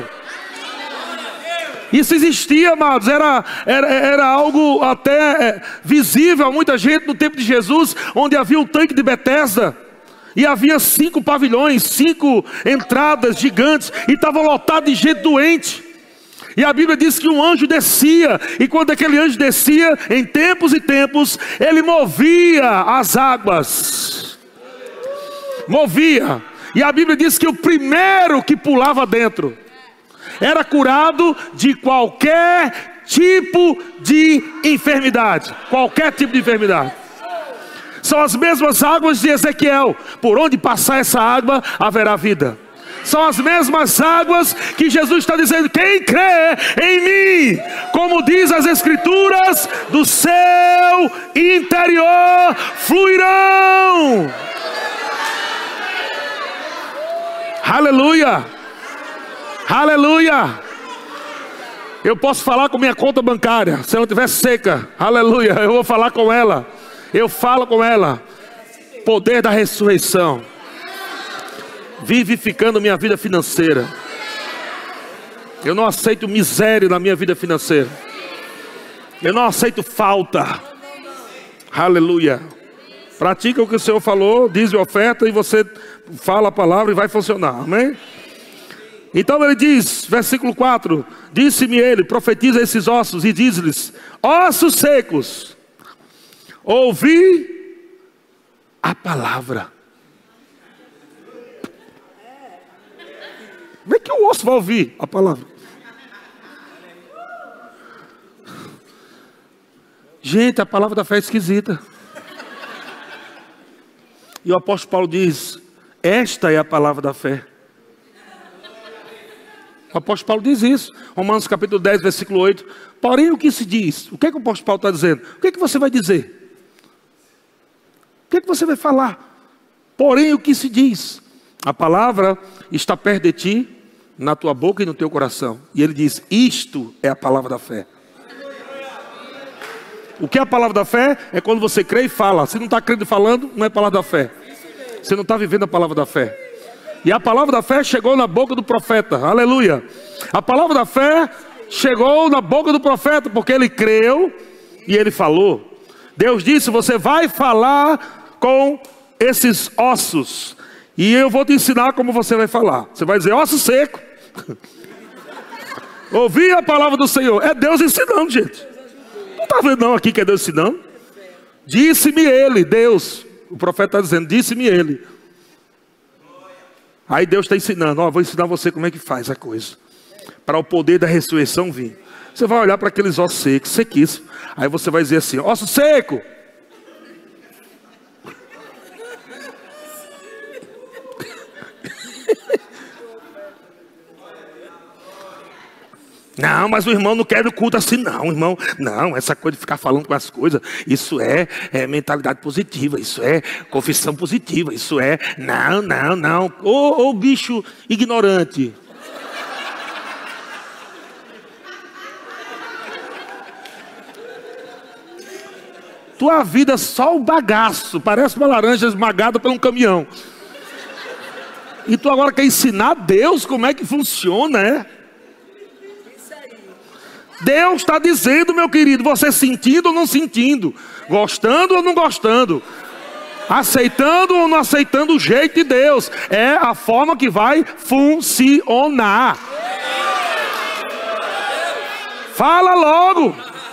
Isso existia, amados, era algo até visível a muita gente no tempo de Jesus, onde havia um tanque de Betesda. E havia 5 pavilhões, 5 entradas gigantes, e estava lotado de gente doente. E a Bíblia diz que um anjo descia, e quando aquele anjo descia, em tempos e tempos, ele movia as águas. movia. E a Bíblia diz que o primeiro que pulava dentro era curado de qualquer tipo de enfermidade. Qualquer tipo de enfermidade. São as mesmas águas de Ezequiel. Por onde passar essa água, haverá vida. São as mesmas águas que Jesus está dizendo: quem crê em mim, como diz as Escrituras, do seu interior fluirão. Aleluia, aleluia. Eu posso falar com minha conta bancária, se ela estiver seca, aleluia, eu vou falar com ela. Eu falo com ela. Poder da ressurreição vivificando minha vida financeira. Eu não aceito miséria na minha vida financeira. Eu não aceito falta. Aleluia. Pratica o que o Senhor falou, diz a oferta e você fala a palavra e vai funcionar. Amém? Então ele diz, versículo 4: disse-me ele, profetiza esses ossos e diz-lhes: ossos secos, ouvi a palavra. Como é que o osso vai ouvir a palavra? Gente, a palavra da fé é esquisita. E o apóstolo Paulo diz: esta é a palavra da fé. O apóstolo Paulo diz isso. Romanos capítulo 10, versículo 8. Porém, o que se diz? O que é que o apóstolo Paulo está dizendo? O que é que você vai dizer? O que é que você vai falar? Porém, o que se diz? A palavra está perto de ti, na tua boca e no teu coração. E ele diz: isto é a palavra da fé. O que é a palavra da fé? É quando você crê e fala. Se não está crendo e falando, não é palavra da fé. Você não está vivendo a palavra da fé. E a palavra da fé chegou na boca do profeta. Aleluia. A palavra da fé chegou na boca do profeta, porque ele creu e ele falou. Deus disse: você vai falar com esses ossos, e eu vou te ensinar como você vai falar. Você vai dizer: osso seco, ouvi a palavra do Senhor. É Deus ensinando, gente. Não está vendo não aqui que é Deus ensinando? Disse-me ele, Deus. O profeta está dizendo: disse-me ele. Aí Deus está ensinando: ó, vou ensinar você como é que faz a coisa, para o poder da ressurreição vir. Você vai olhar para aqueles ossos secos, sequíssimos. Aí você vai dizer assim: osso seco, não, mas o irmão não quer o culto assim não, irmão. Não, essa coisa de ficar falando com as coisas, isso é mentalidade positiva, isso é confissão positiva, isso é... Não. Ô bicho ignorante. Tua vida só o bagaço, parece uma laranja esmagada por um caminhão. E tu agora quer ensinar a Deus como é que funciona, Deus está dizendo, meu querido, você sentindo ou não sentindo, gostando ou não gostando, aceitando ou não aceitando o jeito de Deus, é a forma que vai funcionar. Fala logo.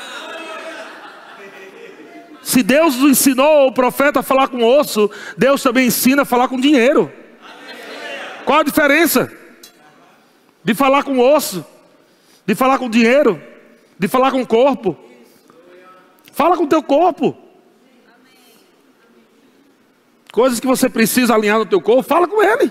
Se Deus ensinou o profeta a falar com osso, Deus também ensina a falar com dinheiro. Qual a diferença de falar com osso, de falar com dinheiro, de falar com o corpo? Fala com o teu corpo. Coisas que você precisa alinhar no teu corpo, fala com ele.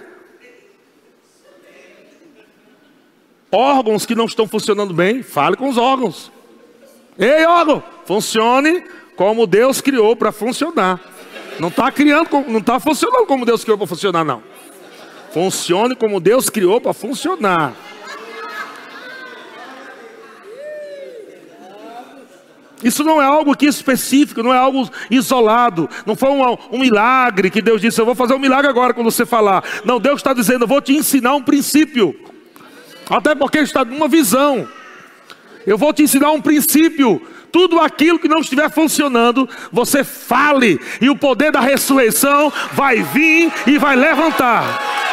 Órgãos que não estão funcionando bem, fale com os órgãos. Ei, órgão, funcione como Deus criou para funcionar. Não está funcionando como Deus criou para funcionar, não. Funcione como Deus criou para funcionar. Isso não é algo aqui específico, não é algo isolado. Não foi um milagre que Deus disse: eu vou fazer um milagre agora quando você falar. Não, Deus está dizendo: eu vou te ensinar um princípio. Até porque está numa visão. Eu vou te ensinar um princípio. Tudo aquilo que não estiver funcionando, você fale, e o poder da ressurreição vai vir e vai levantar.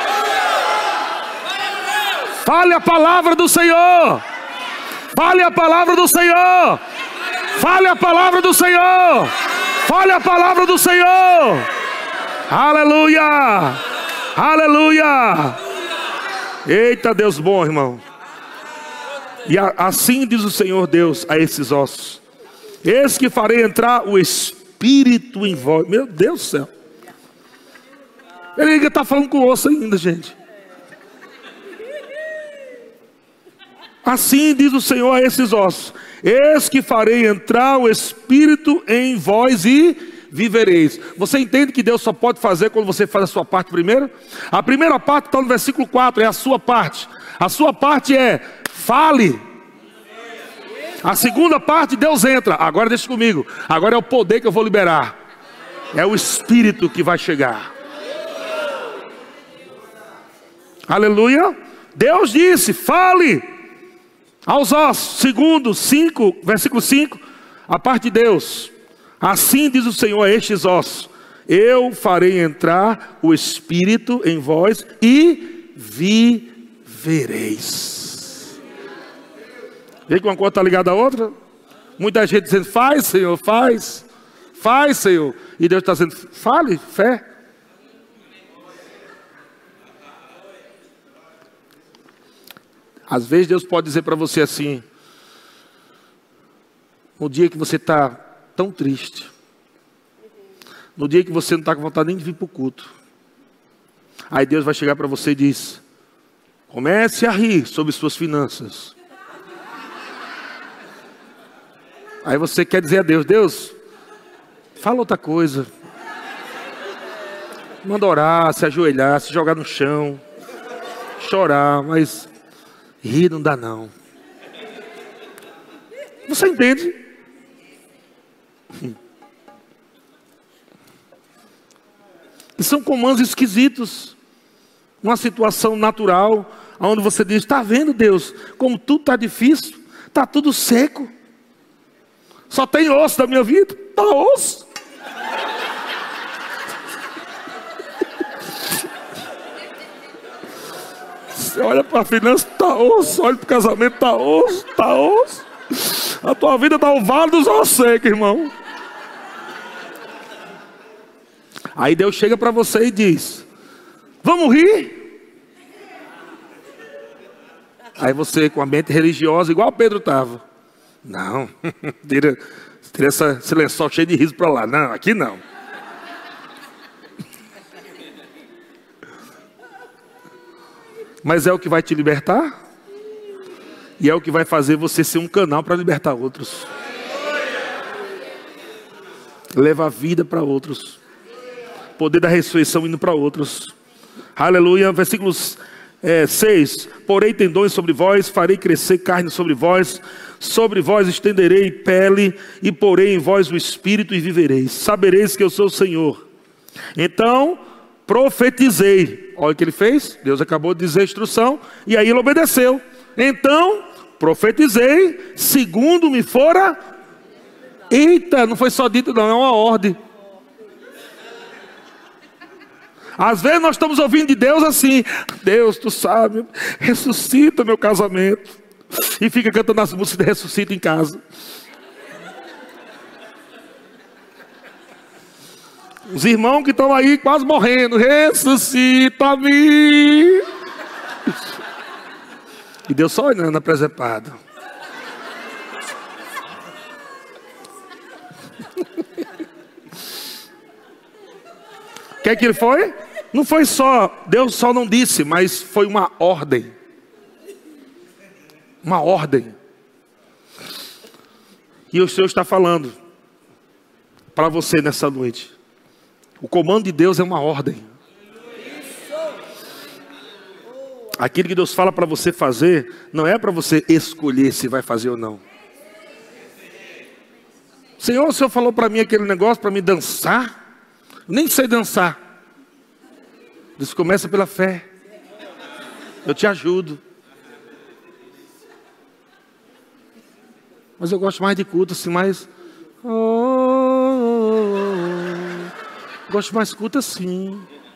Fale a palavra do Senhor. Fale a palavra do Senhor. Fale a palavra do Senhor. Fale a palavra do Senhor. Aleluia. Aleluia! Eita, Deus bom, irmão. E assim diz o Senhor Deus a esses ossos: eis que farei entrar o Espírito em vós. Meu Deus do céu. Ele ainda está falando com o osso ainda, gente. Assim diz o Senhor a esses ossos: eis que farei entrar o Espírito em vós e vivereis. Você entende que Deus só pode fazer quando você faz a sua parte primeiro? A primeira parte está no versículo 4, é a sua parte. A sua parte é: fale. A segunda parte, Deus entra. Agora deixa comigo. Agora é o poder que eu vou liberar. É o Espírito que vai chegar. Aleluia. Deus disse: fale aos ossos. Segundo 5, versículo 5, a parte de Deus: assim diz o Senhor a estes ossos: eu farei entrar o Espírito em vós e vivereis. Vê que uma coisa está ligada à outra? Muita gente dizendo: faz, Senhor, faz. Faz, Senhor. E Deus está dizendo: fale, fé. Às vezes Deus pode dizer para você assim, no dia que você está tão triste, no dia que você não está com vontade nem de vir para o culto, aí Deus vai chegar para você e diz: comece a rir sobre suas finanças. Aí você quer dizer a Deus: Deus, fala outra coisa. Manda orar, se ajoelhar, se jogar no chão, chorar, mas rir não dá não. Você entende? E são comandos esquisitos. Uma situação natural, onde você diz: está vendo, Deus, como tudo está difícil, está tudo seco. Só tem osso da minha vida. Está osso. Você olha para a finança, está osso. Olha para o casamento, está osso. Está osso. A tua vida está o vale dos ossos secos, irmão. Aí Deus chega para você e diz: vamos rir? Aí você, com a mente religiosa, igual Pedro estava: não, tira esse lençol cheio de riso para lá. Não, aqui não. Mas é o que vai te libertar. E é o que vai fazer você ser um canal para libertar outros. Leva a vida para outros. Poder da ressurreição indo para outros. Aleluia. Versículos 6. Porei tendões sobre vós, farei crescer carne sobre vós estenderei pele, e porei em vós o Espírito e vivereis. Sabereis que eu sou o Senhor. Então profetizei. Olha o que ele fez. Deus acabou de dizer a instrução, e aí ele obedeceu. Então profetizei segundo me fora. Eita, não foi só dito não, é uma ordem. Às vezes nós estamos ouvindo de Deus assim: Deus, tu sabe, ressuscita meu casamento. E fica cantando as músicas de ressuscita em casa. Os irmãos que estão aí quase morrendo: ressuscita-me. E Deus só olhando a presepada. O que é que ele foi? Não foi só, Deus só não disse, mas foi uma ordem. Uma ordem. E o Senhor está falando para você nessa noite: o comando de Deus é uma ordem. Aquilo que Deus fala para você fazer, não é para você escolher se vai fazer ou não. Senhor, o Senhor falou para mim aquele negócio para me dançar. Eu nem sei dançar. Isso começa pela fé. Eu te ajudo. Mas eu gosto mais de culto assim, mais... Gosto mais de culto assim.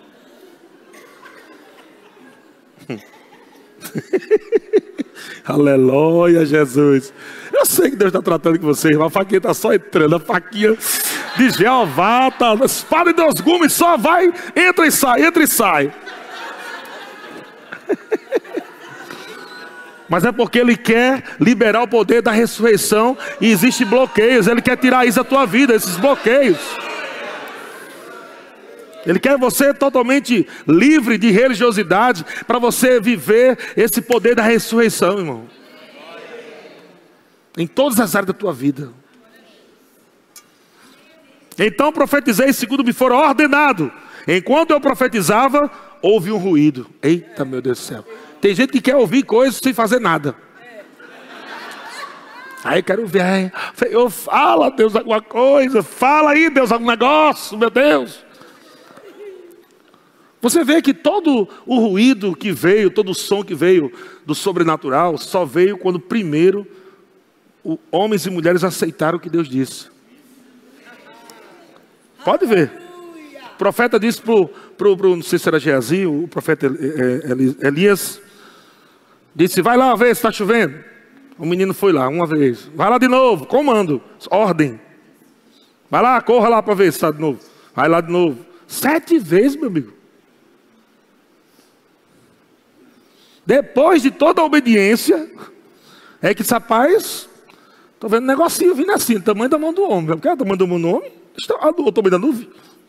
Aleluia, Jesus. Eu sei que Deus está tratando com vocês, mas a faquinha está só entrando. A faquinha de Jeová, tá, espada de 2 gumes, só vai, entra e sai, entra e sai. Mas é porque Ele quer liberar o poder da ressurreição. E existem bloqueios. Ele quer tirar isso da tua vida, esses bloqueios. Ele quer você totalmente livre de religiosidade, para você viver esse poder da ressurreição, irmão. Em todas as áreas da tua vida. Então profetizei segundo me for ordenado. Enquanto eu profetizava, houve um ruído. Eita, meu Deus do céu. Tem gente que quer ouvir coisas sem fazer nada. Aí eu quero ver. Eu fala, Deus, alguma coisa. Fala aí, Deus, algum negócio, meu Deus. Você vê que todo o ruído que veio, todo o som que veio do sobrenatural, só veio quando primeiro homens e mulheres aceitaram o que Deus disse. Pode ver. O profeta disse não sei se era Geazi, o profeta Elias, disse, vai lá ver se está chovendo. O menino foi lá uma vez. Vai lá de novo, comando, ordem. Vai lá, corra lá para ver se está de novo. Vai lá de novo. 7 vezes, meu amigo. Depois de toda a obediência, é que esse rapaz, estou vendo um negocinho vindo assim, tamanho da mão do homem. Quer o tamanho da mão do homem? O tamanho da nuvem.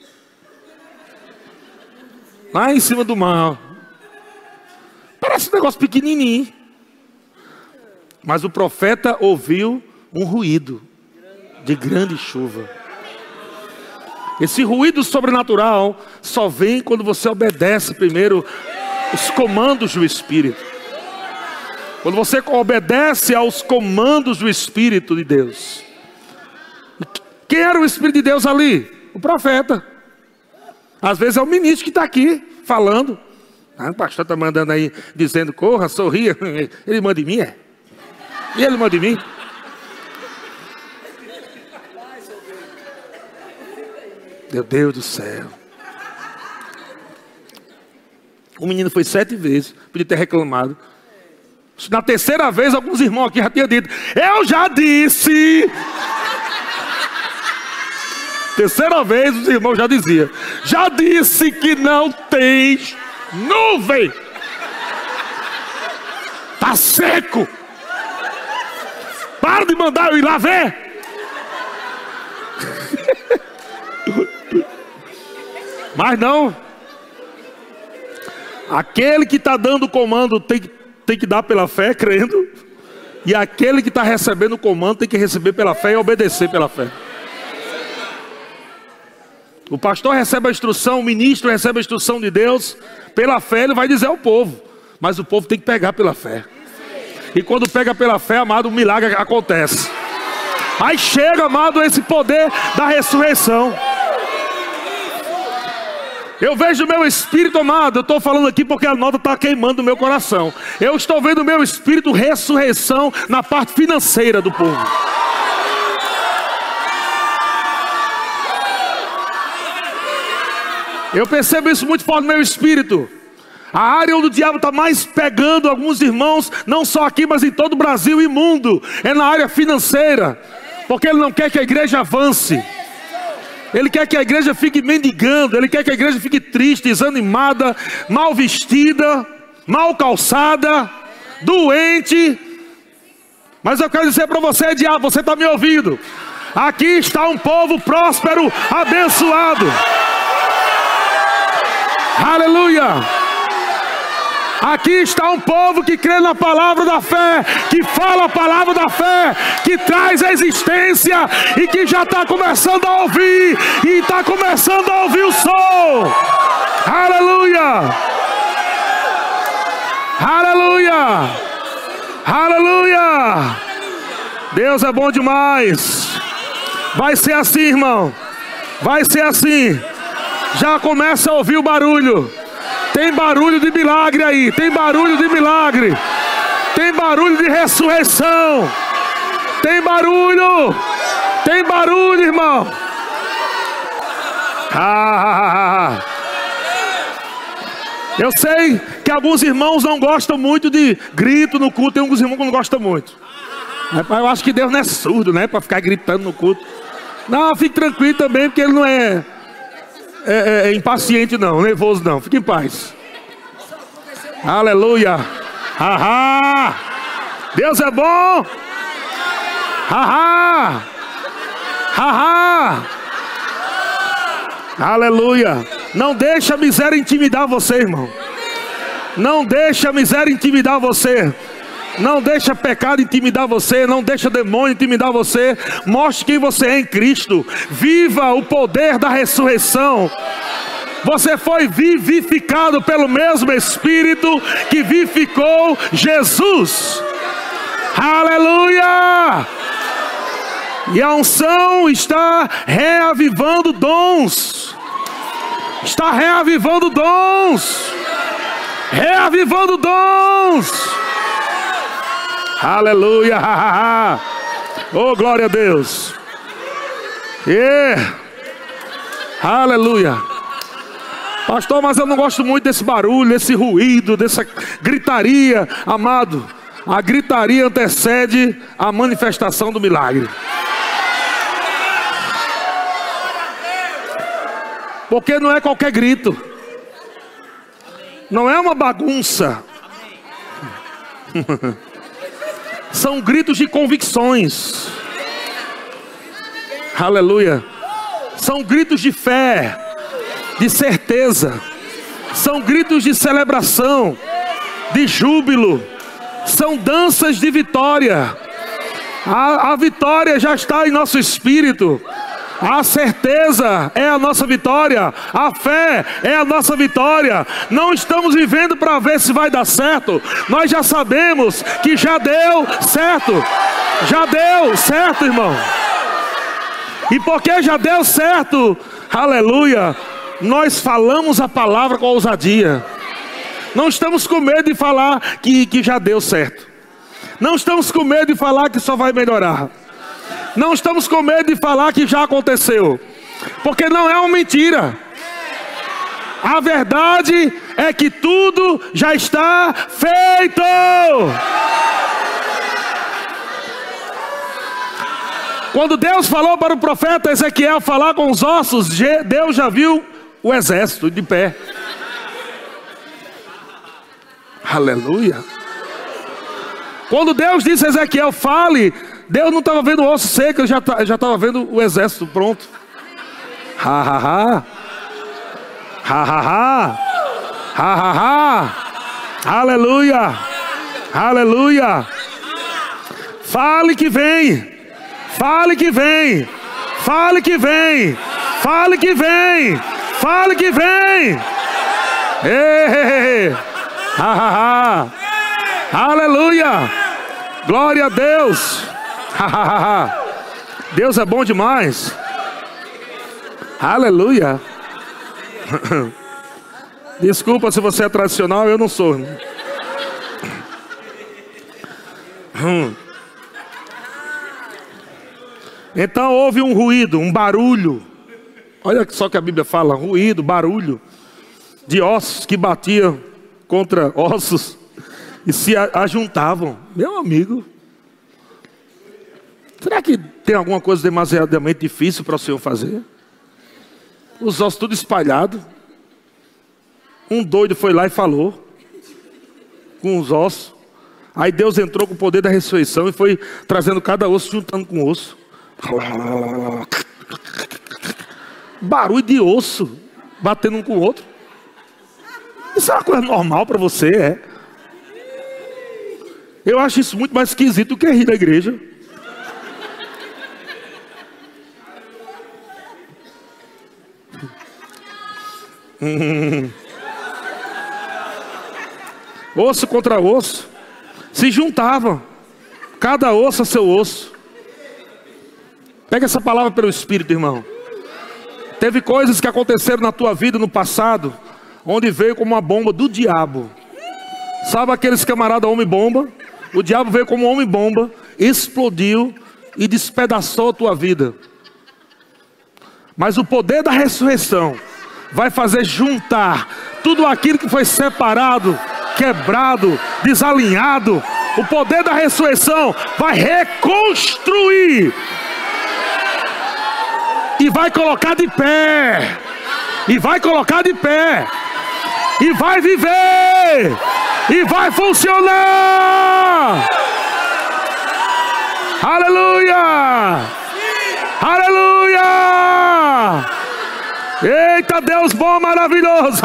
Lá em cima do mar. Parece um negócio pequenininho. Mas o profeta ouviu um ruído de grande chuva. Esse ruído sobrenatural só vem quando você obedece primeiro os comandos do Espírito. Quando você obedece aos comandos do Espírito de Deus. Quem era o Espírito de Deus ali? O profeta. Às vezes é o ministro que está aqui falando. O pastor está mandando aí, dizendo, corra, sorria. Ele manda em mim, é? E ele manda em mim? Meu Deus do céu. O menino foi 7 vezes, podia ter reclamado. Na 3ª vez, alguns irmãos aqui já tinham dito, eu já disse. 3ª vez, os irmãos já diziam, já disse que não tem nuvem. Tá seco. Para de mandar eu ir lá ver. Mas não. Aquele que está dando o comando tem que dar pela fé, crendo. E aquele que está recebendo o comando tem que receber pela fé e obedecer pela fé. O pastor recebe a instrução, o ministro recebe a instrução de Deus. Pela fé ele vai dizer ao povo. Mas o povo tem que pegar pela fé. E quando pega pela fé, amado, um milagre acontece. Aí chega, amado, esse poder da ressurreição. Eu vejo o meu espírito, amado. Eu estou falando aqui porque a nota está queimando o meu coração. Eu estou vendo o meu espírito ressurreição na parte financeira do povo. Eu percebo isso muito forte no meu espírito. A área onde o diabo está mais pegando alguns irmãos, não só aqui, mas em todo o Brasil e mundo, é na área financeira. Porque ele não quer que a igreja avance. Ele quer que a igreja fique mendigando. Ele quer que a igreja fique triste, desanimada, mal vestida, mal calçada, doente. Mas eu quero dizer para você, diabo, você está me ouvindo? Aqui está um povo próspero, abençoado. Aleluia. Aqui está um povo que crê na palavra da fé, que fala a palavra da fé, que traz a existência e que já está começando a ouvir, e está começando a ouvir o som. Aleluia! Aleluia! Aleluia! Deus é bom demais. Vai ser assim, irmão. Vai ser assim. Já começa a ouvir o barulho. Tem barulho de milagre aí. Tem barulho de milagre. Tem barulho de ressurreição. Tem barulho. Tem barulho, irmão. Eu sei que alguns irmãos não gostam muito de grito no culto. Tem alguns irmãos que não gostam muito. Eu acho que Deus não é surdo, né? Para ficar gritando no culto. Não, fique tranquilo também, porque Ele não é impaciente não, nervoso não, fique em paz. Aleluia. Haha. Deus é bom. Haha. Haha. Aleluia. Não deixa a miséria intimidar você, irmão. Não deixa a miséria intimidar você. Não deixa pecado intimidar você. Não deixa demônio intimidar você. Mostre quem você é em Cristo. Viva o poder da ressurreição. Você foi vivificado pelo mesmo Espírito que vivificou Jesus. Aleluia! E a unção está reavivando dons. Está reavivando dons. Reavivando dons. Aleluia. Oh, glória a Deus. Aleluia. Pastor, mas eu não gosto muito desse barulho, desse ruído, dessa gritaria. Amado, a gritaria antecede a manifestação do milagre. Porque não é qualquer grito. Não é uma bagunça. São gritos de convicções. Aleluia. São gritos de fé, de certeza. São gritos de celebração, de júbilo. São danças de vitória. A vitória já está em nosso espírito. A certeza é a nossa vitória. A fé é a nossa vitória. Não estamos vivendo para ver se vai dar certo. Nós já sabemos que já deu certo. Já deu certo, irmão. E porque já deu certo, aleluia, nós falamos a palavra com ousadia. Não estamos com medo de falar que já deu certo. Não estamos com medo de falar que só vai melhorar. Não estamos com medo de falar que já aconteceu. Porque não é uma mentira. A verdade é que tudo já está feito. Quando Deus falou para o profeta Ezequiel falar com os ossos, Deus já viu o exército de pé. Aleluia. Quando Deus disse a Ezequiel, fale, Deus não estava vendo o osso seco, ele já estava vendo o exército pronto. Ha ha ha. Ha ha ha. Ha ha ha. Aleluia. Aleluia. Fale que vem. Fale que vem. Fale que vem. Fale que vem. Fale que vem. Ei. Ha ha ha. Aleluia. Glória a Deus. Deus é bom demais. Aleluia. Desculpa se você é tradicional, eu não sou. Então houve um ruído, um barulho. Olha só que a Bíblia fala, ruído, barulho de ossos que batiam contra ossos e se ajuntavam. Meu amigo, será que tem alguma coisa demasiadamente difícil para o Senhor fazer? Os ossos tudo espalhados. Um doido foi lá e falou com os ossos. Aí Deus entrou com o poder da ressurreição e foi trazendo cada osso, juntando com osso. Barulho de osso batendo um com o outro. Isso é uma coisa normal para você, é? Eu acho isso muito mais esquisito do que rir da igreja. Osso contra osso se juntavam, cada osso a seu osso. Pega essa palavra pelo Espírito, irmão. Teve coisas que aconteceram na tua vida no passado, onde veio como uma bomba do diabo. Sabe aqueles camaradas homem-bomba? O diabo veio como homem-bomba, explodiu e despedaçou a tua vida. Mas o poder da ressurreição vai fazer juntar tudo aquilo que foi separado, quebrado, desalinhado. O poder da ressurreição vai reconstruir e vai colocar de pé, e vai colocar de pé, e vai viver, E vai funcionar. Aleluia! Aleluia! Eita, Deus bom, maravilhoso!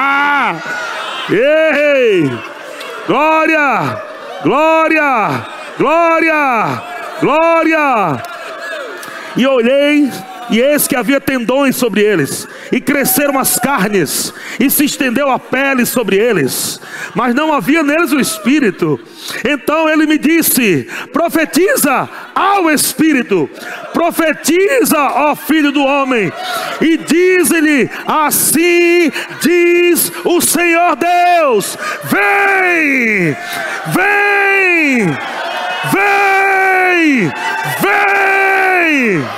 Ei! Glória! Glória! Glória! Glória! E olhei, e eis que havia tendões sobre eles, e cresceram as carnes, e se estendeu a pele sobre eles, mas não havia neles o Espírito. Então ele me disse: profetiza ao Espírito, profetiza, ó Filho do Homem, e diz-lhe: assim diz o Senhor Deus, vem, vem, vem, vem.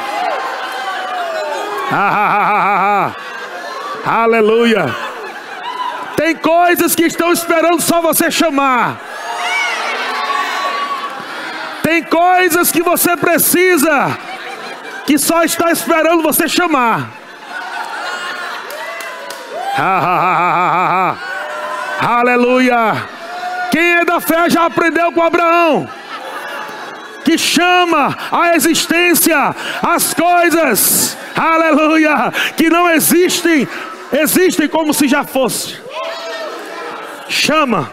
Aleluia. Tem coisas que estão esperando só você chamar. Tem coisas que você precisa, que só está esperando você chamar. Aleluia. Quem é da fé já aprendeu com Abraão, que chama a existência as coisas, aleluia, que não existem, existem como se já fosse. Chama.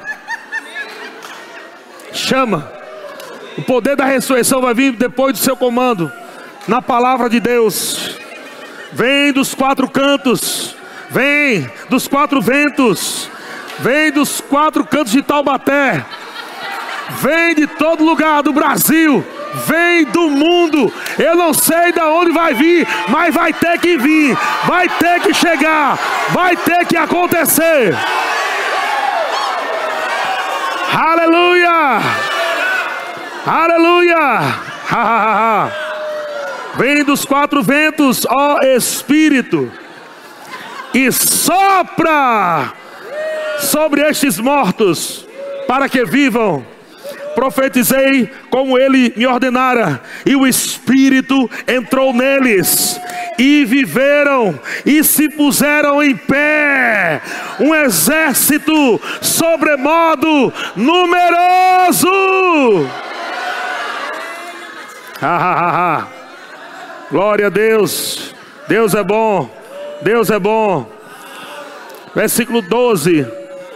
Chama. O poder da ressurreição vai vir depois do seu comando, na palavra de Deus. Vem dos quatro cantos, vem dos quatro ventos, vem dos quatro cantos de Taubaté, vem de todo lugar do Brasil, vem do mundo. Eu não sei de onde vai vir, mas vai ter que vir, vai ter que chegar, vai ter que acontecer. Aleluia! Aleluia! Vem dos quatro ventos, ó Espírito, e sopra sobre estes mortos, para que vivam. Profetizei como ele me ordenara, e o Espírito entrou neles, e viveram, e se puseram em pé, um exército sobremodo numeroso. Glória a Deus. Deus é bom, Deus é bom. Versículo 12.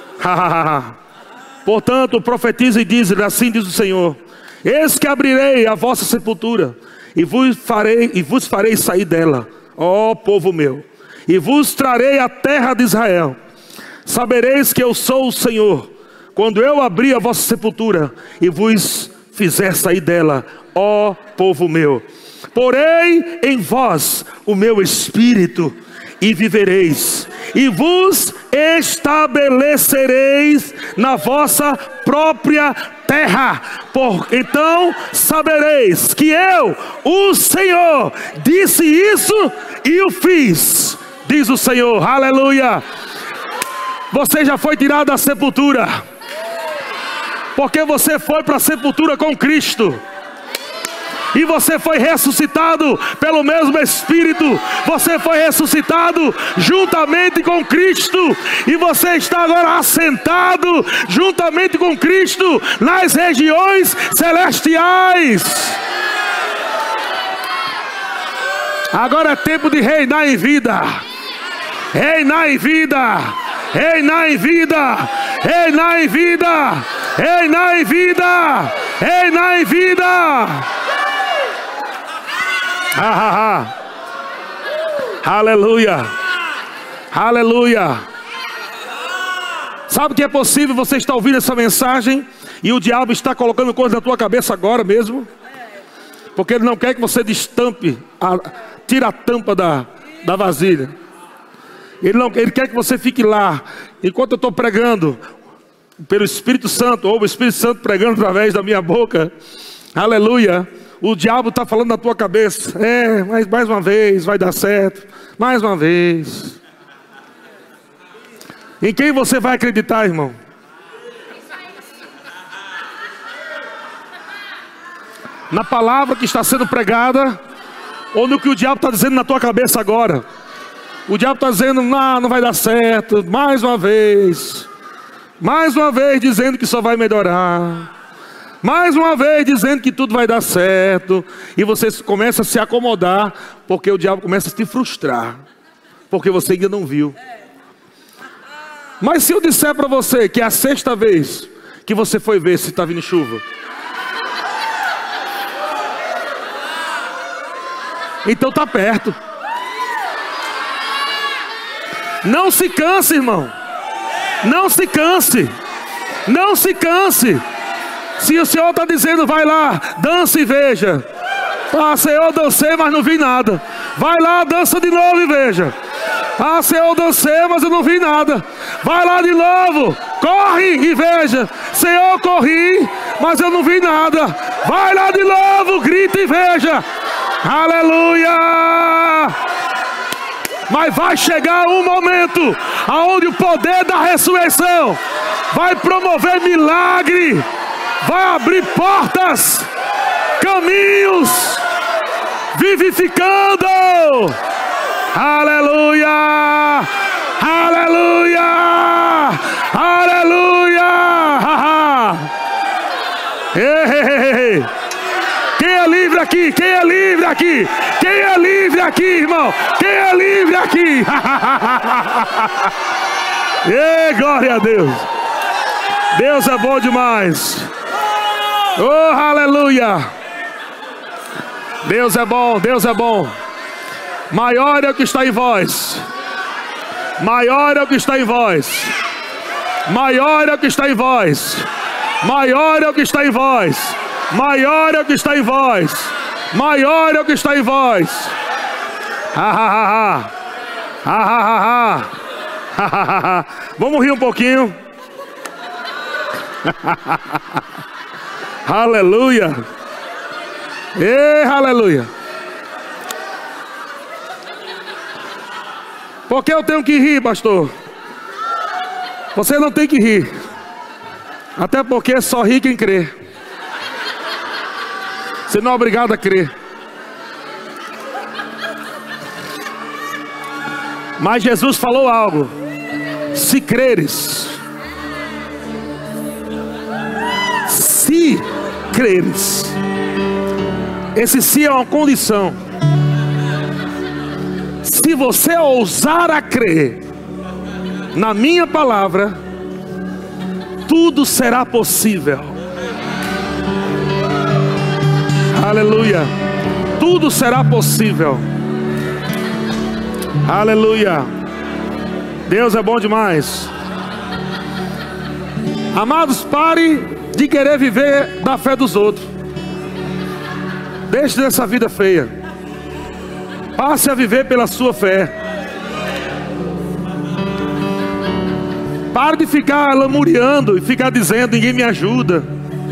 Portanto, profetiza e diz-lhe: assim diz o Senhor: eis que abrirei a vossa sepultura, e vos farei sair dela, ó povo meu, e vos trarei a terra de Israel. Sabereis que eu sou o Senhor, quando eu abrir a vossa sepultura e vos fizer sair dela, ó povo meu. Porei em vós o meu espírito, e vivereis, e vos estabelecereis na vossa própria terra. Então sabereis que eu, o Senhor, disse isso e o fiz, diz o Senhor. Aleluia. Você já foi tirado da sepultura, porque você foi para a sepultura com Cristo, e você foi ressuscitado pelo mesmo Espírito. Você foi ressuscitado juntamente com Cristo, e você está agora assentado juntamente com Cristo nas regiões celestiais. Agora é tempo de reinar em vida. Reinar em vida. Reinar em vida. Reinar em vida. Reinar em vida. Reinar em vida. Aleluia. Aleluia. Sabe que é possível você estar ouvindo essa mensagem e o diabo está colocando coisa na tua cabeça agora mesmo? Porque ele não quer que você destampe, tire a tampa da vasilha. Ele quer que você fique lá. Enquanto eu estou pregando pelo Espírito Santo, ou o Espírito Santo pregando através da minha boca, aleluia, o diabo está falando na tua cabeça: mas mais uma vez vai dar certo, mais uma vez. Em quem você vai acreditar, irmão? Na palavra que está sendo pregada, ou no que o diabo está dizendo na tua cabeça agora? O diabo está dizendo: não vai dar certo, mais uma vez. Mais uma vez dizendo que só vai melhorar. Mais uma vez dizendo que tudo vai dar certo. E você começa a se acomodar, porque o diabo começa a te frustrar, porque você ainda não viu. Mas se eu disser para você que é a 6ª vez que você foi ver se está vindo chuva, então está perto. Não se canse, irmão. Não se canse. Não se canse. Se o Senhor está dizendo, vai lá, dança e veja. Ah, Senhor, eu dancei, mas não vi nada. Vai lá, dança de novo e veja. Ah, Senhor, eu dancei, mas eu não vi nada. Vai lá de novo, corre e veja. Senhor, eu corri, mas eu não vi nada. Vai lá de novo, grita e veja. Aleluia! Mas vai chegar um momento aonde o poder da ressurreição vai promover milagre, vai abrir portas, caminhos, vivificando. Aleluia! Aleluia! Aleluia! Ei! Quem é livre aqui? Quem é livre aqui? Quem é livre aqui, irmão? Quem é livre aqui? Ei, glória a Deus! Deus é bom demais! Oh, aleluia! Deus é bom, Deus é bom! Maior é o que está em vós. Maior é o que está em vós. Maior é o que está em vós. Maior é o que está em vós. Maior é o que está em vós. Maior é o que está em vós. Vamos rir um pouquinho. Aleluia. Ei, aleluia. Por que eu tenho que rir, pastor? Você não tem que rir. Até porque só ri quem crê. Você não é obrigado a crer. Mas Jesus falou algo. Se creres. Se creres. Esse se é uma condição. Se você ousar a crer na minha palavra, tudo será possível. Aleluia. Tudo será possível. Aleluia. Deus é bom demais. Amados, pare de querer viver da fé dos outros. Deixe dessa vida feia. Passe a viver pela sua fé. Pare de ficar lamuriando e ficar dizendo, ninguém me ajuda.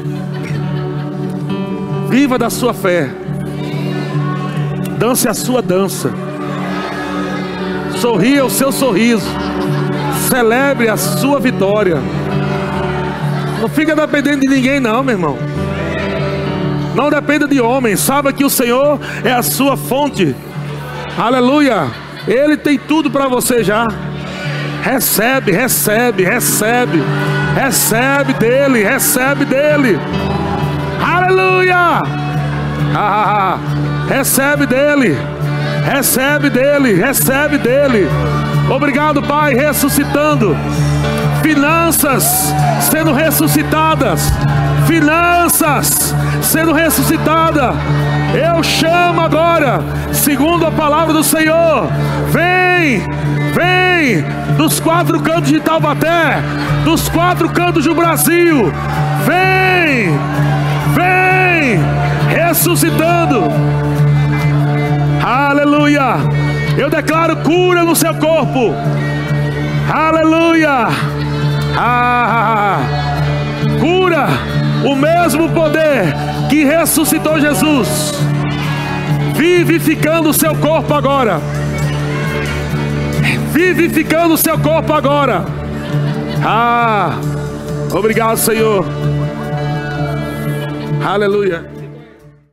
Viva da sua fé. Dance a sua dança. Sorria o seu sorriso. Celebre a sua vitória. Não fica dependendo de ninguém não, meu irmão. Não dependa de homem. Saiba que o Senhor é a sua fonte. Aleluia. Ele tem tudo para você já. Recebe, recebe, recebe. Recebe dele, recebe dele. Aleluia. Recebe dele. Recebe dele, recebe dele. Obrigado, Pai, ressuscitando. Finanças sendo ressuscitadas. Finanças sendo ressuscitada. Eu chamo agora, segundo a palavra do Senhor. Vem, vem dos 4 cantos de Taubaté, dos 4 cantos do Brasil. Vem, vem, ressuscitando. Aleluia. Eu declaro cura no seu corpo. Aleluia. Cura. O mesmo poder que ressuscitou Jesus, vivificando o seu corpo agora. Vivificando o seu corpo agora. Obrigado, Senhor. Aleluia.